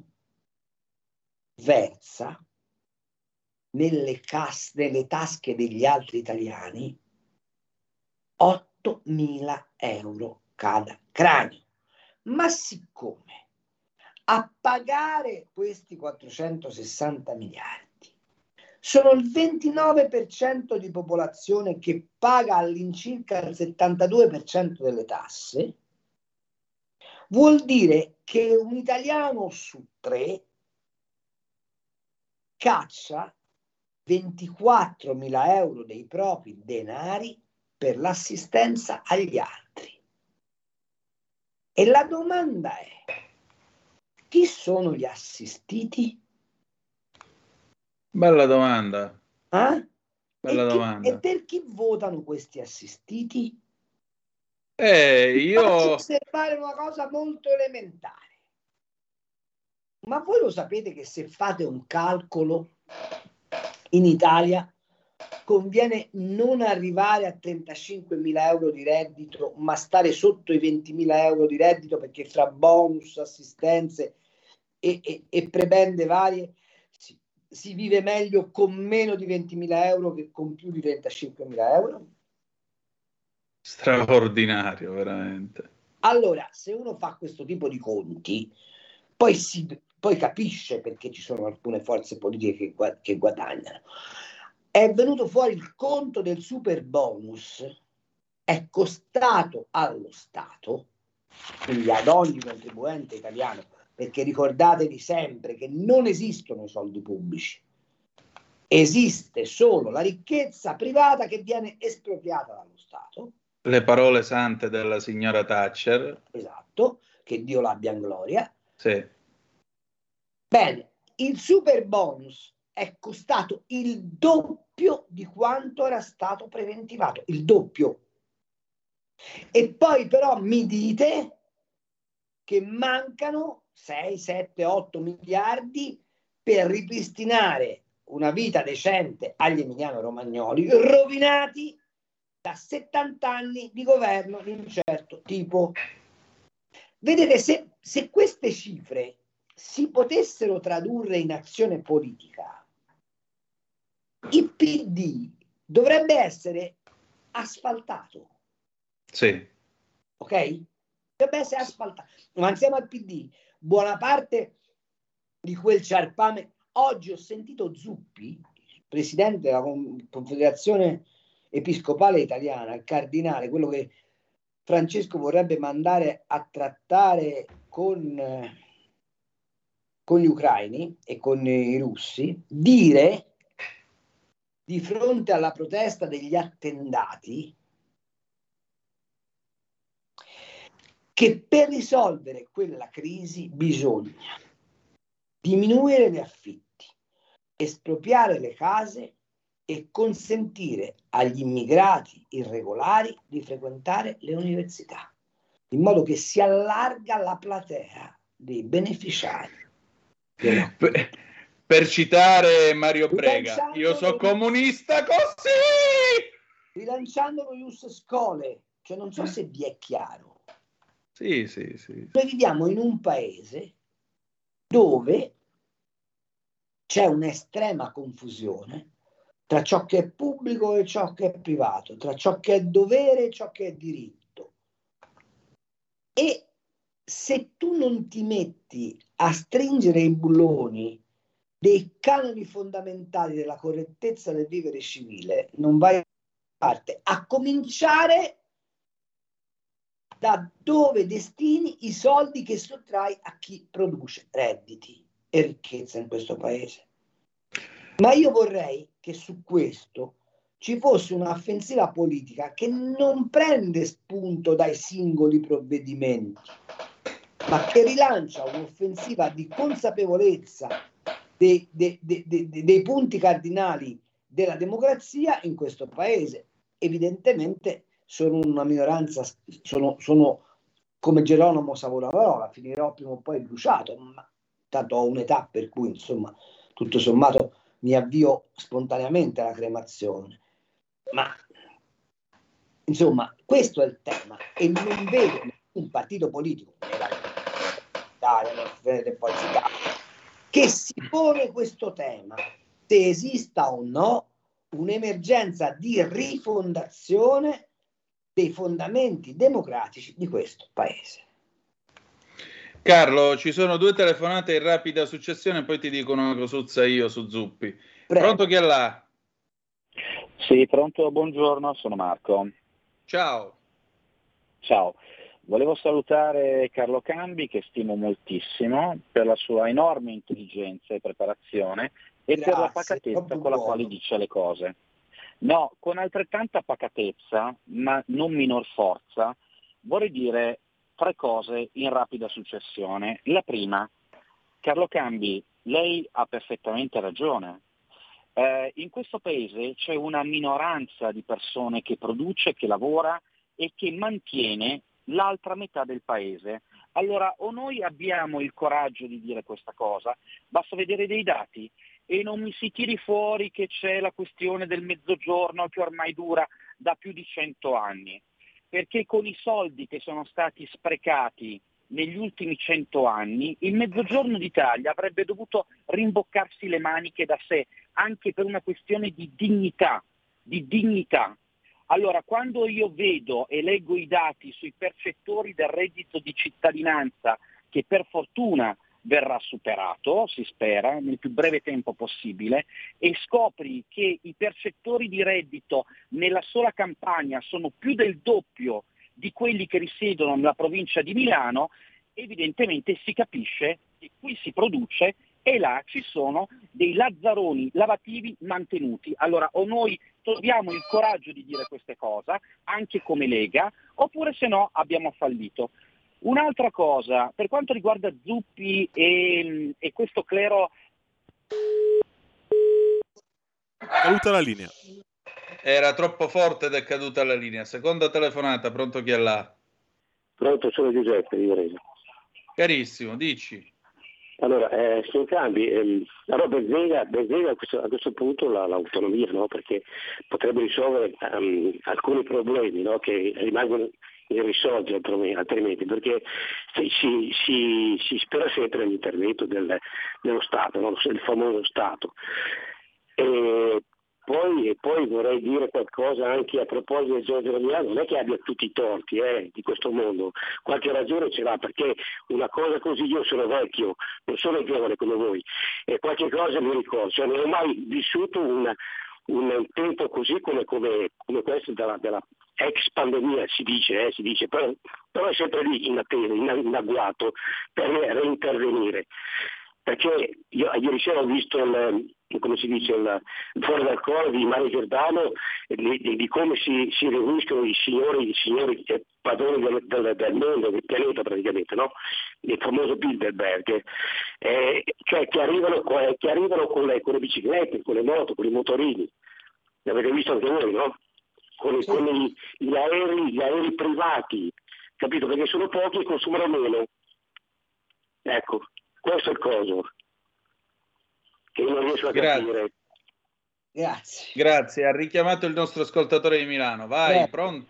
versa nelle, cas- nelle tasche degli altri italiani ottomila euro cada cranio. Ma siccome a pagare questi quattrocentosessanta miliardi sono il ventinove per cento di popolazione che paga all'incirca il settantadue per cento delle tasse, vuol dire che un italiano su tre caccia ventiquattromila euro dei propri denari per l'assistenza agli altri. E la domanda è: chi sono gli assistiti? Bella domanda. Eh? Bella e, chi, domanda. e per chi votano questi assistiti? Eh, io... Faccio osservare una cosa molto elementare. Ma voi lo sapete che se fate un calcolo in Italia conviene non arrivare a trentacinquemila euro di reddito, ma stare sotto i ventimila euro di reddito, perché fra bonus, assistenze e, e, e prebende varie si, si vive meglio con meno di ventimila euro che con più di trentacinquemila euro? Straordinario, veramente. Allora, se uno fa questo tipo di conti, poi, si, poi capisce perché ci sono alcune forze politiche che, che guadagnano. È venuto fuori il conto del super bonus, è costato allo Stato, quindi ad ogni contribuente italiano, perché ricordatevi sempre che non esistono i soldi pubblici, esiste solo la ricchezza privata che viene espropriata dallo Stato. Le parole sante della signora Thatcher. Esatto, che Dio l'abbia in gloria. Sì. Bene, il super bonus è costato il doppio di quanto era stato preventivato, il doppio. E poi però mi dite che mancano sei, sette, otto miliardi per ripristinare una vita decente agli emiliano-romagnoli rovinati da settanta anni di governo di un certo tipo. Vedete, se, se queste cifre si potessero tradurre in azione politica, il P D dovrebbe essere asfaltato. Sì. Ok? Dovrebbe essere asfaltato. Ma insieme al P D, buona parte di quel ciarpame. Oggi ho sentito Zuppi, presidente della Confederazione Episcopale Italiana, il cardinale, quello che Francesco vorrebbe mandare a trattare con, eh, con gli ucraini e con i russi, dire di fronte alla protesta degli attendati che per risolvere quella crisi bisogna diminuire gli affitti, espropriare le case e consentire agli immigrati irregolari di frequentare le università, in modo che si allarga la platea dei beneficiari. Per, per citare Mario Brega, io sono comunista così! Rilanciando lo Ius Scholae, cioè non so se vi è chiaro. Sì, sì, sì. Noi viviamo in un paese dove c'è un'estrema confusione tra ciò che è pubblico e ciò che è privato, tra ciò che è dovere e ciò che è diritto. E se tu non ti metti a stringere i bulloni dei canoni fondamentali della correttezza del vivere civile, non vai a parte, a cominciare da dove destini i soldi che sottrai a chi produce redditi e ricchezza in questo paese. Ma io vorrei che su questo ci fosse un'offensiva politica che non prende spunto dai singoli provvedimenti, ma che rilancia un'offensiva di consapevolezza dei, dei, dei, dei, dei punti cardinali della democrazia in questo paese. Evidentemente sono una minoranza, sono, sono come Geronimo Savonarola, finirò prima o poi bruciato, ma tanto ho un'età per cui insomma tutto sommato mi avvio spontaneamente alla cremazione. Ma insomma questo è il tema e non vedo un partito politico che si pone questo tema, se esista o no un'emergenza di rifondazione dei fondamenti democratici di questo paese. Carlo, ci sono due telefonate in rapida successione, poi ti dico una cosuzza io su Zuppi. Prego. Pronto, chi è là? Sì, pronto, buongiorno, sono Marco. Ciao. Ciao, volevo salutare Carlo Cambi, che stimo moltissimo, per la sua enorme intelligenza e preparazione e Grazie, per la pacatezza con la quale dice le cose. No, con altrettanta pacatezza, ma non minor forza, vorrei dire tre cose in rapida successione. La prima, Carlo Cambi, lei ha perfettamente ragione. Eh, in questo paese c'è una minoranza di persone che produce, che lavora e che mantiene l'altra metà del paese. Allora, o noi abbiamo il coraggio di dire questa cosa, basta vedere dei dati, e non mi si tiri fuori che c'è la questione del mezzogiorno che ormai dura da più di cento anni, perché con i soldi che sono stati sprecati negli ultimi cento anni, il mezzogiorno d'Italia avrebbe dovuto rimboccarsi le maniche da sé, anche per una questione di dignità, di dignità. Allora, quando io vedo e leggo i dati sui percettori del reddito di cittadinanza, che per fortuna verrà superato, si spera, nel più breve tempo possibile, e scopri che i percettori di reddito nella sola Campania sono più del doppio di quelli che risiedono nella provincia di Milano, evidentemente si capisce che qui si produce e là ci sono dei lazzaroni lavativi mantenuti. Allora o noi troviamo il coraggio di dire queste cose, anche come Lega, oppure se no abbiamo fallito. Un'altra cosa, per quanto riguarda Zuppi e, e questo clero... Caduta la linea. Era troppo forte ed è caduta la linea. Seconda telefonata, pronto, chi è là? Pronto, sono Giuseppe di Varese. Carissimo, dici. Allora, eh, sono cambi. Ehm, allora Bezzega, Bezzega a, questo, a questo punto la, l'autonomia, no? Perché potrebbe risolvere um, alcuni problemi, no? Che rimangono irrisolti altrimenti, perché si, si, si, si spera sempre nell'intervento del, dello Stato, no? Il famoso Stato. E poi, e poi vorrei dire qualcosa anche a proposito del Giorgio da Milano, non è che abbia tutti i torti eh, di questo mondo, qualche ragione ce l'ha, perché una cosa così, io sono vecchio, non sono giovane come voi, e qualche cosa mi ricordo, cioè non ho mai vissuto una, un tempo così come, come, come questo della, della ex pandemia, si dice, eh, si dice però, però è sempre lì in attesa, in, in agguato per reintervenire. Perché io ieri sera ho visto il, come si dice, il, fuori dal coro di Mario Giordano, di, di, di come si, si riuniscono i signori, i signori padroni del, del, del mondo, del pianeta praticamente, no? Il famoso Bilderberg, eh, cioè che arrivano, che arrivano con, le, con le biciclette, con le moto, con i motorini, l'avete visto anche voi, no? Con, sì. con gli, gli, aerei, gli aerei privati, capito? Perché sono pochi e consumano meno. Ecco. Questo è il coso che io non riesco a Grazie. capire. Grazie. Grazie, ha richiamato il nostro ascoltatore di Milano. Vai, eh. pronti?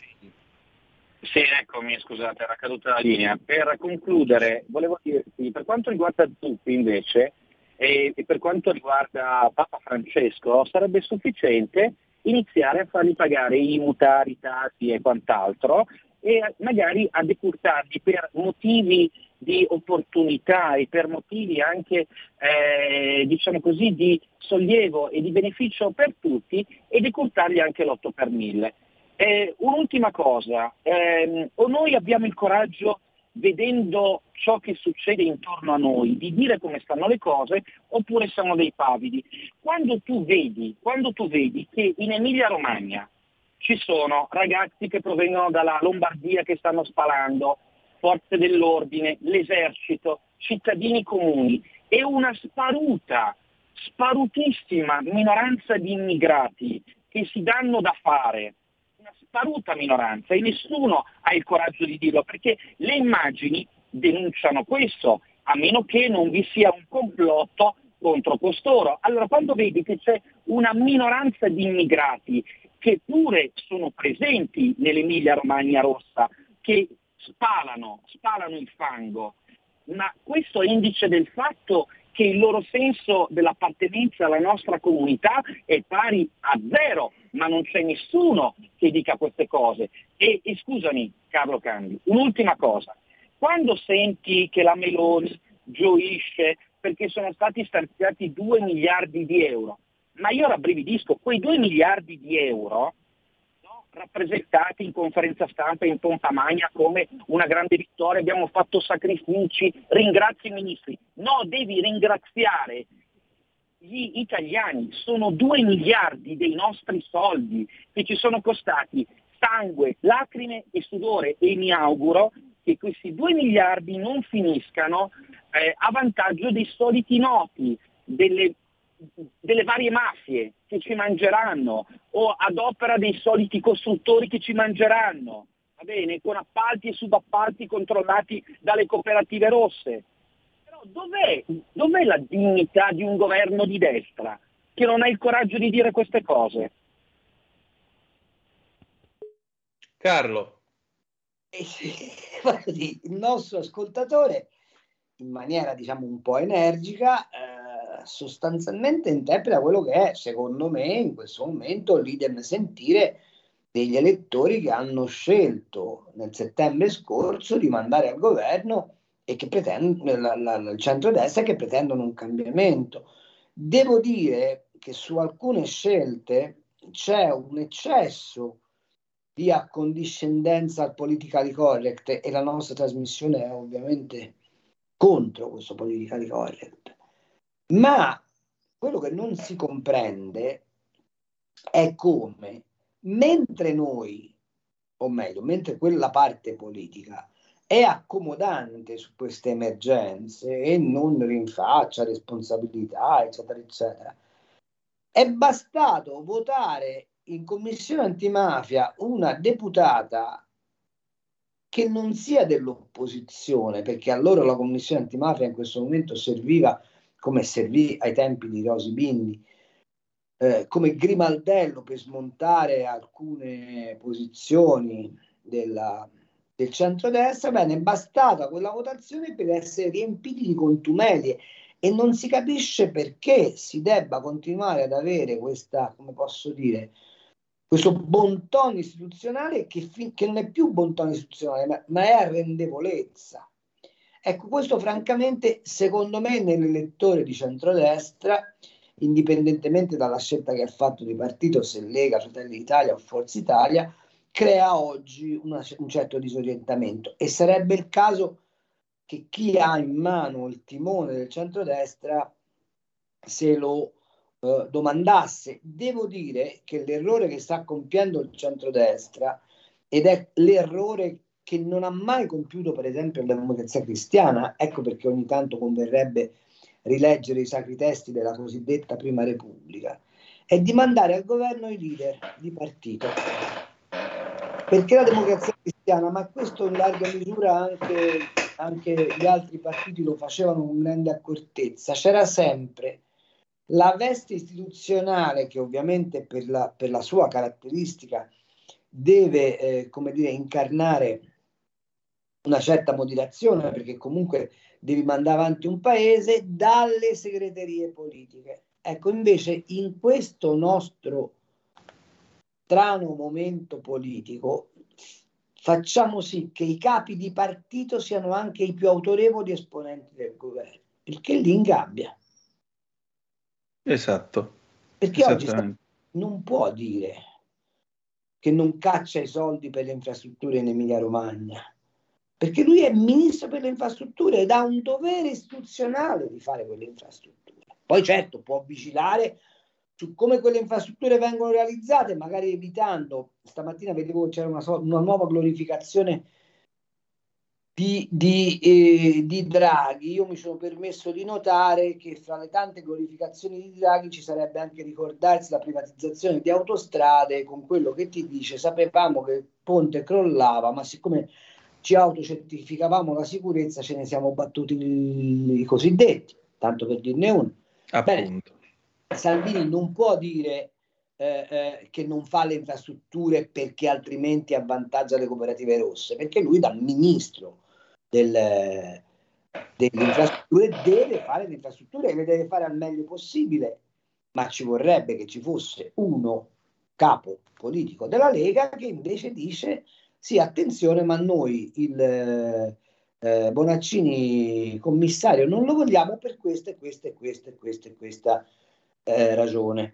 Sì, eccomi, scusate, era caduta la linea. Per concludere, volevo dirti, per quanto riguarda Zuppi invece, e, e per quanto riguarda Papa Francesco, sarebbe sufficiente iniziare a fargli pagare i mutari, tassi e quant'altro, e magari a decurtarli per motivi di opportunità e per motivi anche eh, diciamo così di sollievo e di beneficio per tutti, e decurtargli anche l'otto per mille. Eh, un'ultima cosa, ehm, o noi abbiamo il coraggio, vedendo ciò che succede intorno a noi, di dire come stanno le cose, oppure siamo dei pavidi. Quando tu vedi, quando tu vedi che in Emilia Romagna ci sono ragazzi che provengono dalla Lombardia che stanno spalando, forze dell'ordine, l'esercito, cittadini comuni e una sparuta, sparutissima minoranza di immigrati che si danno da fare, una sparuta minoranza, e nessuno ha il coraggio di dirlo, perché le immagini denunciano questo, a meno che non vi sia un complotto contro costoro. Allora, quando vedi che c'è una minoranza di immigrati che pure sono presenti nell'Emilia Romagna rossa, che spalano, spalano il fango, ma questo è indice del fatto che il loro senso dell'appartenenza alla nostra comunità è pari a zero, ma non c'è nessuno che dica queste cose. E, e scusami, Carlo Cambi, un'ultima cosa, quando senti che la Meloni gioisce perché sono stati stanziati due miliardi di euro, ma io rabbrividisco, quei due miliardi di euro rappresentati in conferenza stampa in pompa magna come una grande vittoria, abbiamo fatto sacrifici, ringrazio i ministri. No, devi ringraziare gli italiani, sono due miliardi dei nostri soldi che ci sono costati sangue, lacrime e sudore, e mi auguro che questi due miliardi non finiscano eh, a vantaggio dei soliti noti, delle delle varie mafie che ci mangeranno, o ad opera dei soliti costruttori che ci mangeranno, va bene, con appalti e subappalti controllati dalle cooperative rosse. Però dov'è, dov'è la dignità di un governo di destra che non ha il coraggio di dire queste cose? Carlo. Il nostro ascoltatore, in maniera diciamo un po' energica, eh, sostanzialmente interpreta quello che è, secondo me, in questo momento l'idem sentire degli elettori che hanno scelto nel settembre scorso di mandare al governo e che pretendono il centrodestra che pretendono un cambiamento. Devo dire che su alcune scelte c'è un eccesso di accondiscendenza al politically correct e la nostra trasmissione è ovviamente contro questo politically correct. Ma quello che non si comprende è come, mentre noi, o meglio, mentre quella parte politica è accomodante su queste emergenze e non rinfaccia responsabilità, eccetera, eccetera, è bastato votare in commissione antimafia una deputata che non sia dell'opposizione, perché allora la commissione antimafia in questo momento serviva come servì ai tempi di Rosy Bindi, eh, come grimaldello per smontare alcune posizioni della, del centrodestra. Bene, è bastata quella votazione per essere riempiti di contumelie e non si capisce perché si debba continuare ad avere questa, come posso dire, questo bon ton istituzionale che, fin- che non è più bon ton istituzionale, ma, ma è arrendevolezza. Ecco, questo francamente, secondo me, nell'elettore di centrodestra, indipendentemente dalla scelta che ha fatto di partito, se Lega, Fratelli d'Italia o Forza Italia, crea oggi una, un certo disorientamento, e sarebbe il caso che chi ha in mano il timone del centrodestra se lo eh, domandasse. Devo dire che l'errore che sta compiendo il centrodestra, ed è l'errore che non ha mai compiuto per esempio la Democrazia Cristiana, ecco perché ogni tanto converrebbe rileggere i sacri testi della cosiddetta Prima Repubblica, è di mandare al governo i leader di partito. Perché la Democrazia Cristiana, ma questo in larga misura anche, anche gli altri partiti lo facevano con grande accortezza, c'era sempre la veste istituzionale che ovviamente per la, per la sua caratteristica deve eh, come dire, incarnare una certa moderazione, perché comunque devi mandare avanti un paese, dalle segreterie politiche. Ecco, invece in questo nostro strano momento politico facciamo sì che i capi di partito siano anche i più autorevoli esponenti del governo, il che li ingabbia. Esatto. Perché oggi non può dire che non caccia i soldi per le infrastrutture in Emilia Romagna, perché lui è ministro per le infrastrutture ed ha un dovere istituzionale di fare quelle infrastrutture. Poi certo può vigilare su come quelle infrastrutture vengono realizzate, magari evitando, stamattina vedevo che c'era una, una nuova glorificazione di, di, eh, di Draghi. Io mi sono permesso di notare che fra le tante glorificazioni di Draghi ci sarebbe anche ricordarsi la privatizzazione di autostrade, con quello che ti dice: sapevamo che il ponte crollava, ma siccome ci autocertificavamo la sicurezza ce ne siamo battuti i, i cosiddetti, tanto per dirne uno. Bene, Salvini non può dire eh, eh, che non fa le infrastrutture perché altrimenti avvantaggia le cooperative rosse, perché lui da ministro del, delle infrastrutture deve fare le infrastrutture e le deve fare al meglio possibile, ma ci vorrebbe che ci fosse uno capo politico della Lega che invece dice: sì, attenzione, ma noi il eh, Bonaccini commissario non lo vogliamo per questa e questa e questa e questa e questa eh, ragione.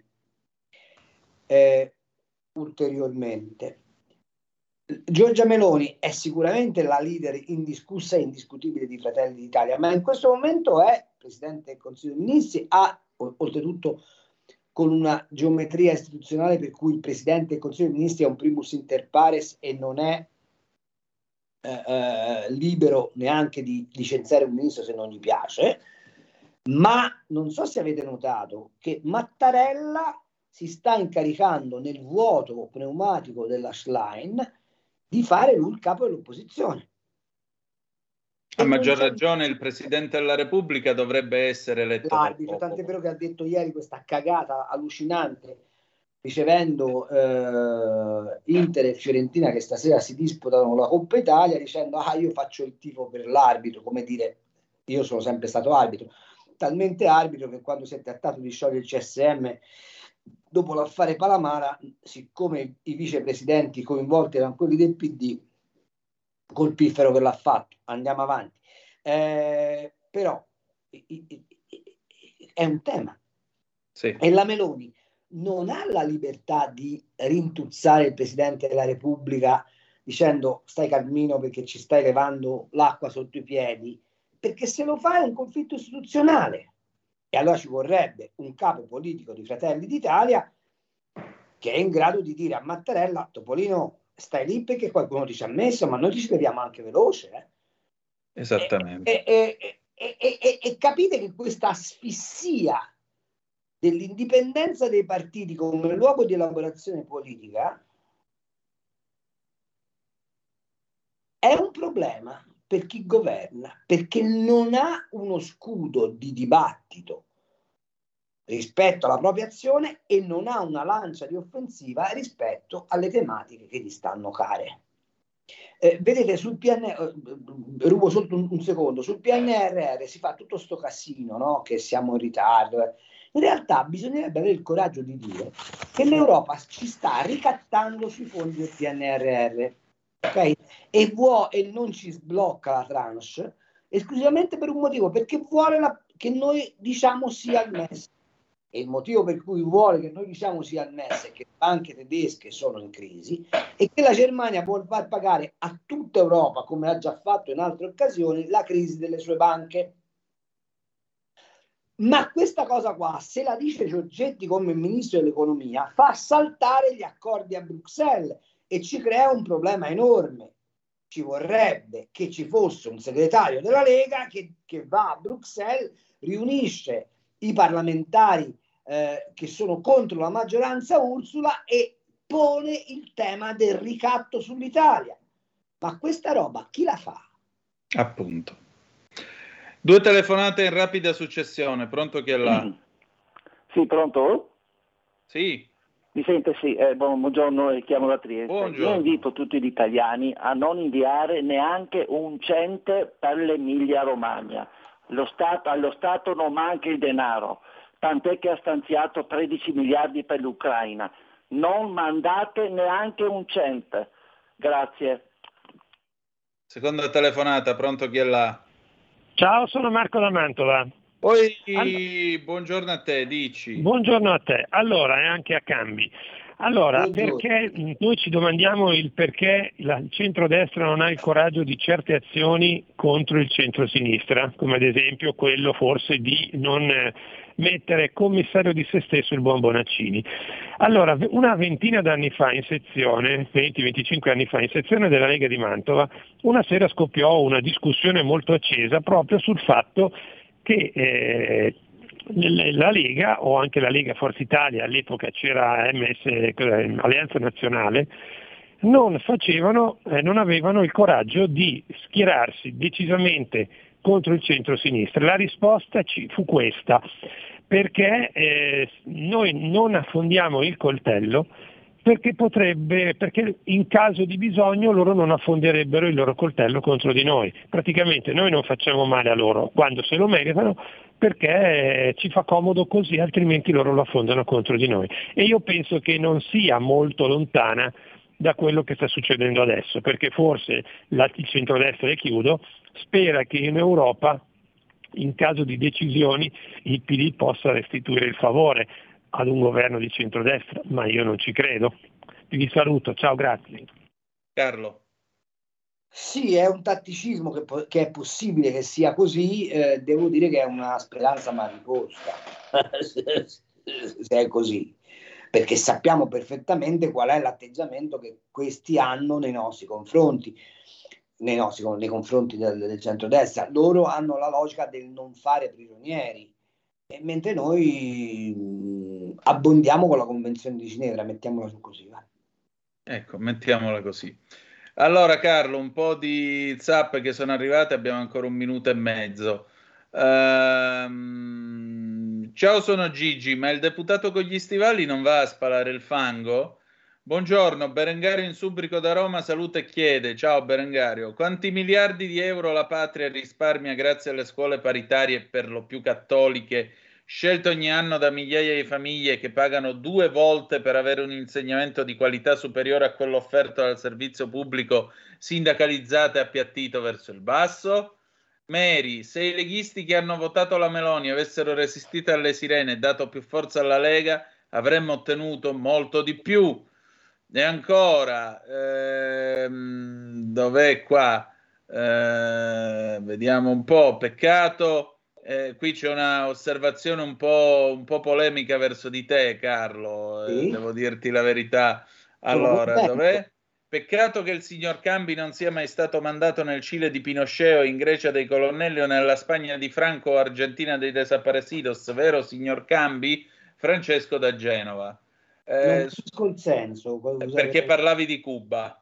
Eh, ulteriormente, Giorgia Meloni è sicuramente la leader indiscussa e indiscutibile di Fratelli d'Italia, ma in questo momento è Presidente del Consiglio dei Ministri, ha oltretutto con una geometria istituzionale per cui il Presidente del Consiglio dei Ministri è un primus inter pares e non è eh, eh, libero neanche di licenziare un ministro se non gli piace. Ma non so se avete notato che Mattarella si sta incaricando nel vuoto pneumatico della Schlein di fare lui il capo dell'opposizione. A maggior ragione il Presidente della Repubblica dovrebbe essere eletto l'arbitro, tant'è vero che ha detto ieri questa cagata allucinante ricevendo eh, Inter e Fiorentina che stasera si disputano la Coppa Italia, dicendo: ah, io faccio il tifo per l'arbitro, come dire, io sono sempre stato arbitro. Talmente arbitro che quando si è trattato di sciogliere il C S M dopo l'affare Palamara, siccome i vicepresidenti coinvolti erano quelli del P D, col piffero che l'ha fatto. Andiamo avanti. Eh, però è un tema. Sì. E la Meloni non ha la libertà di rintuzzare il Presidente della Repubblica dicendo stai calmino perché ci stai levando l'acqua sotto i piedi, perché se lo fa è un conflitto istituzionale. E allora ci vorrebbe un capo politico di Fratelli d'Italia che è in grado di dire a Mattarella: Topolino, stai lì perché qualcuno ti ci ha messo, ma noi ci leviamo anche veloce. Eh? Esattamente. E, e, e, e, e, e capite che questa asfissia dell'indipendenza dei partiti come luogo di elaborazione politica è un problema per chi governa, perché non ha uno scudo di dibattito rispetto alla propria azione e non ha una lancia di offensiva rispetto alle tematiche che gli stanno care. Eh, vedete, sul P N R, eh, rubo solo un, un secondo, sul P N R R si fa tutto sto casino, no? Che siamo in ritardo. Eh. In realtà bisognerebbe avere il coraggio di dire che l'Europa ci sta ricattando sui fondi del P N R R, okay? E, vuo, e non ci sblocca la tranche esclusivamente per un motivo, perché vuole la, che noi diciamo sì al M E S. E il motivo per cui vuole che noi diciamo sì al M E S è che le banche tedesche sono in crisi e che la Germania vuole far pagare a tutta Europa, come ha già fatto in altre occasioni, la crisi delle sue banche. Ma questa cosa qua, se la dice Giorgetti come ministro dell'economia, fa saltare gli accordi a Bruxelles e ci crea un problema enorme. Ci vorrebbe che ci fosse un segretario della Lega che, che va a Bruxelles, riunisce i parlamentari eh, che sono contro la maggioranza Ursula e pone il tema del ricatto sull'Italia. Ma questa roba chi la fa? Appunto. Due telefonate in rapida successione. Pronto chi è là? Sì, pronto? Sì. Mi sente? Sì. Eh, buongiorno, chiamo da Trieste. Buongiorno. Io invito tutti gli italiani a non inviare neanche un cente per l'Emilia Romagna. Lo Stato, allo Stato non manca il denaro, tant'è che ha stanziato tredici miliardi per l'Ucraina. Non mandate neanche un cento. Grazie. Seconda telefonata, pronto chi è là? Ciao, sono Marco da Mantova. Poi allora, buongiorno a te, dici. Buongiorno a te. Allora, e anche a Cambi. Allora, buongiorno. Perché noi ci domandiamo il perché il centrodestra non ha il coraggio di certe azioni contro il centrosinistra, come ad esempio quello forse di non mettere commissario di se stesso il buon Bonaccini. Allora, una ventina d'anni fa in sezione, venti venticinque anni fa in sezione della Lega di Mantova, una sera scoppiò una discussione molto accesa proprio sul fatto che eh, la Lega o anche la Lega Forza Italia, all'epoca c'era M S, Alleanza Nazionale, non facevano, eh, non avevano il coraggio di schierarsi decisamente contro il centro-sinistra. La risposta ci fu questa, perché eh, noi non affondiamo il coltello perché potrebbe, perché in caso di bisogno loro non affonderebbero il loro coltello contro di noi. Praticamente noi non facciamo male a loro quando se lo meritano perché ci fa comodo così, altrimenti loro lo affondano contro di noi. E io penso che non sia molto lontana da quello che sta succedendo adesso, perché forse la, il centrodestra, e chiudo, spera che in Europa, in caso di decisioni, il P D possa restituire il favore ad un governo di centrodestra, ma io non ci credo. Vi saluto, ciao, grazie. Carlo. Sì, è un tatticismo che, po- che è possibile che sia così, eh, devo dire che è una speranza mariposa, se è così, perché sappiamo perfettamente qual è l'atteggiamento che questi hanno nei nostri confronti, nei, nostri, nei confronti del, del centrodestra. Loro hanno la logica del non fare prigionieri, e mentre noi mh, abbondiamo con la Convenzione di Ginevra, mettiamola su così. Va. Ecco, mettiamola così. Allora Carlo, un po' di zap che sono arrivate, abbiamo ancora un minuto e mezzo. Ehm, ciao, sono Gigi, ma il deputato con gli stivali non va a spalare il fango? Buongiorno, Berengario in Subrico da Roma saluta e chiede, ciao Berengario, quanti miliardi di euro la patria risparmia grazie alle scuole paritarie per lo più cattoliche, scelte ogni anno da migliaia di famiglie che pagano due volte per avere un insegnamento di qualità superiore a quello offerto dal servizio pubblico, sindacalizzate e appiattito verso il basso? Mary, se i leghisti che hanno votato la Meloni avessero resistito alle sirene e dato più forza alla Lega, avremmo ottenuto molto di più. E ancora, ehm, dov'è qua? Eh, vediamo un po', peccato. Eh, qui c'è una osservazione un po', un po' polemica verso di te, Carlo, eh, Sì. devo dirti la verità. Allora, dov'è? Peccato che il signor Cambi non sia mai stato mandato nel Cile di Pinochet o in Grecia dei colonnelli o nella Spagna di Franco o Argentina dei desaparecidos, vero signor Cambi? Francesco da Genova. Eh, non capisco il senso. perché parlavi di Cuba.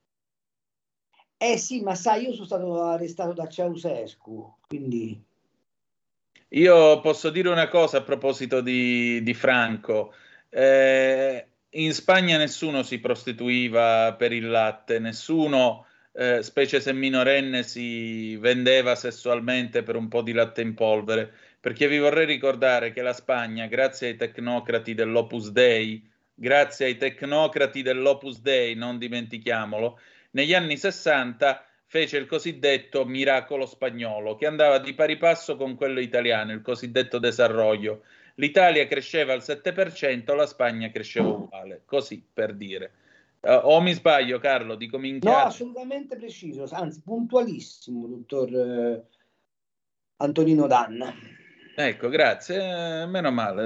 Eh sì, ma sai, io sono stato arrestato da Ceausescu, quindi... Io posso dire una cosa a proposito di, di Franco. Eh, in Spagna nessuno si prostituiva per il latte, nessuno, eh, specie se minorenne, si vendeva sessualmente per un po' di latte in polvere, perché vi vorrei ricordare che la Spagna, grazie ai tecnocrati dell'Opus Dei, grazie ai tecnocrati dell'Opus Dei, non dimentichiamolo, negli anni sessanta fece il cosiddetto miracolo spagnolo, che andava di pari passo con quello italiano, il cosiddetto desarrollo. L'Italia cresceva al sette per cento, la Spagna cresceva uguale, così per dire. Uh, o mi sbaglio, Carlo, dico minchiate? No, assolutamente preciso, anzi puntualissimo, dottor eh, Antonino Danna. Ecco, grazie, eh, meno male.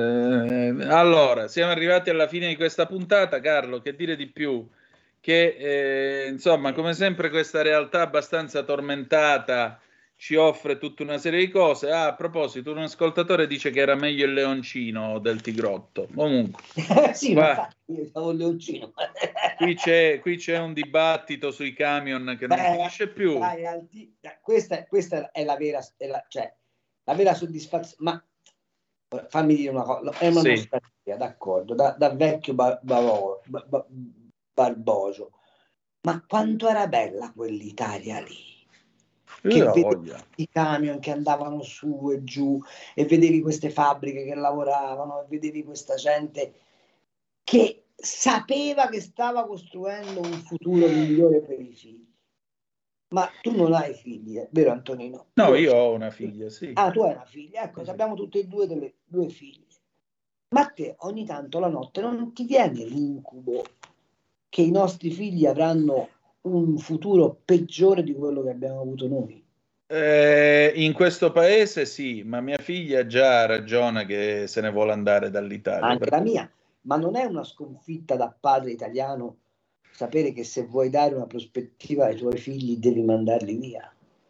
Eh, allora, siamo arrivati alla fine di questa puntata, Carlo, che dire di più? Che eh, insomma, come sempre, questa realtà abbastanza tormentata ci offre tutta una serie di cose. Ah, a proposito, un ascoltatore dice che era meglio il leoncino del Tigrotto. Comunque, sì, qua, ma infatti io stavo il leoncino. qui, c'è, qui c'è un dibattito sui camion che non Beh, finisce più. Dai, alti, questa, questa è la vera, è la, cioè, la vera soddisfazione. Ma fammi dire una cosa, è una Sì. nostalgia, d'accordo, da, da vecchio ba, ba, ba, ba, Barboso, ma quanto era bella quell'Italia lì, che Oh, vedevi yeah. i camion che andavano su e giù e vedevi queste fabbriche che lavoravano e vedevi questa gente che sapeva che stava costruendo un futuro migliore per i figli. Ma tu non hai figli, eh? Vero Antonino? No, tu io ho una figlia, sì. Ah, tu hai una figlia, ecco, abbiamo tutte e due delle due figlie. Ma a te ogni tanto la notte non ti viene l'incubo che i nostri figli avranno un futuro peggiore di quello che abbiamo avuto noi? Eh, in questo paese sì, ma mia figlia già ragiona che se ne vuole andare dall'Italia. Anche perché... la mia, ma non è una sconfitta da padre italiano sapere che se vuoi dare una prospettiva ai tuoi figli devi mandarli via?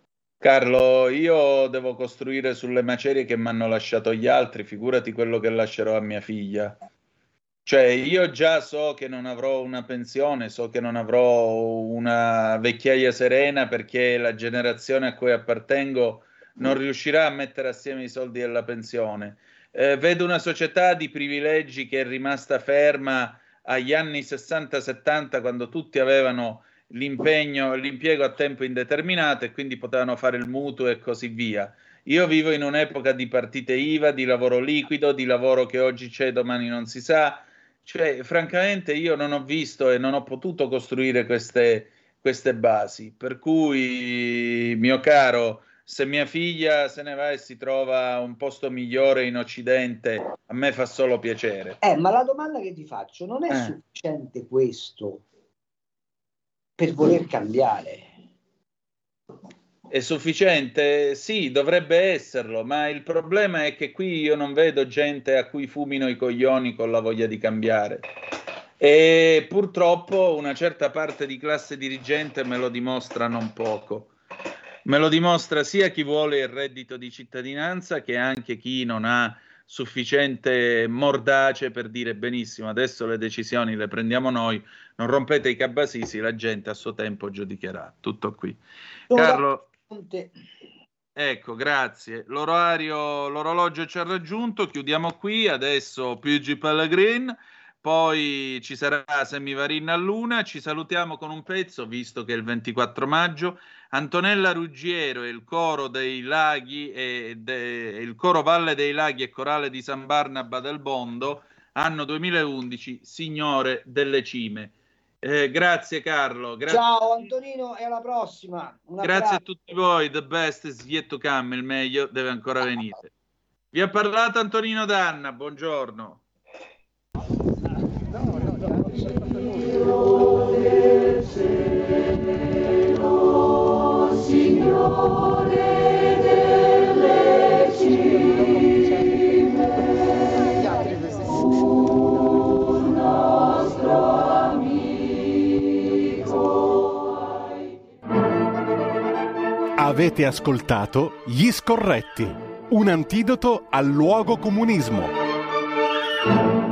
Carlo, io devo costruire sulle macerie che mi hanno lasciato gli altri, figurati quello che lascerò a mia figlia. Cioè, io già so che non avrò una pensione, so che non avrò una vecchiaia serena perché la generazione a cui appartengo non riuscirà a mettere assieme i soldi della pensione. Eh, vedo una società di privilegi che è rimasta ferma agli anni sessanta settanta, quando tutti avevano l'impegno, l'impiego a tempo indeterminato e quindi potevano fare il mutuo e così via. Io vivo in un'epoca di partite I V A, di lavoro liquido, di lavoro che oggi c'è, domani non si sa. Cioè, francamente, io non ho visto e non ho potuto costruire queste, queste basi. Per cui, mio caro, se mia figlia se ne va e si trova un posto migliore in Occidente, a me fa solo piacere. Eh, ma la domanda che ti faccio, non è Eh. sufficiente questo per voler cambiare? È sufficiente? Sì, dovrebbe esserlo, ma il problema è che qui io non vedo gente a cui fumino i coglioni con la voglia di cambiare. E purtroppo una certa parte di classe dirigente me lo dimostra non poco. Me lo dimostra sia chi vuole il reddito di cittadinanza che anche chi non ha sufficiente mordace per dire benissimo, adesso le decisioni le prendiamo noi, non rompete i cabasisi, la gente a suo tempo giudicherà. Tutto qui. Carlo, ecco, grazie. L'orario, l'orologio ci ha raggiunto, chiudiamo qui, adesso Pigi Pellegrin, poi ci sarà Semivarin a Luna, ci salutiamo con un pezzo, visto che è il ventiquattro maggio, Antonella Ruggiero e il coro dei laghi e de, il coro Valle dei Laghi e Corale di San Barnaba del Bondo, anno duemilaundici, Signore delle Cime. Eh, grazie Carlo. Grazie. Ciao Antonino e alla prossima. Un grazie a tutti voi. The best is yet to come. Il meglio deve ancora venire. Vi ha parlato Antonino Danna. Buongiorno. Signore delle cime, un nostro amico. Avete ascoltato Gli Scorretti, un antidoto al luogo comunismo.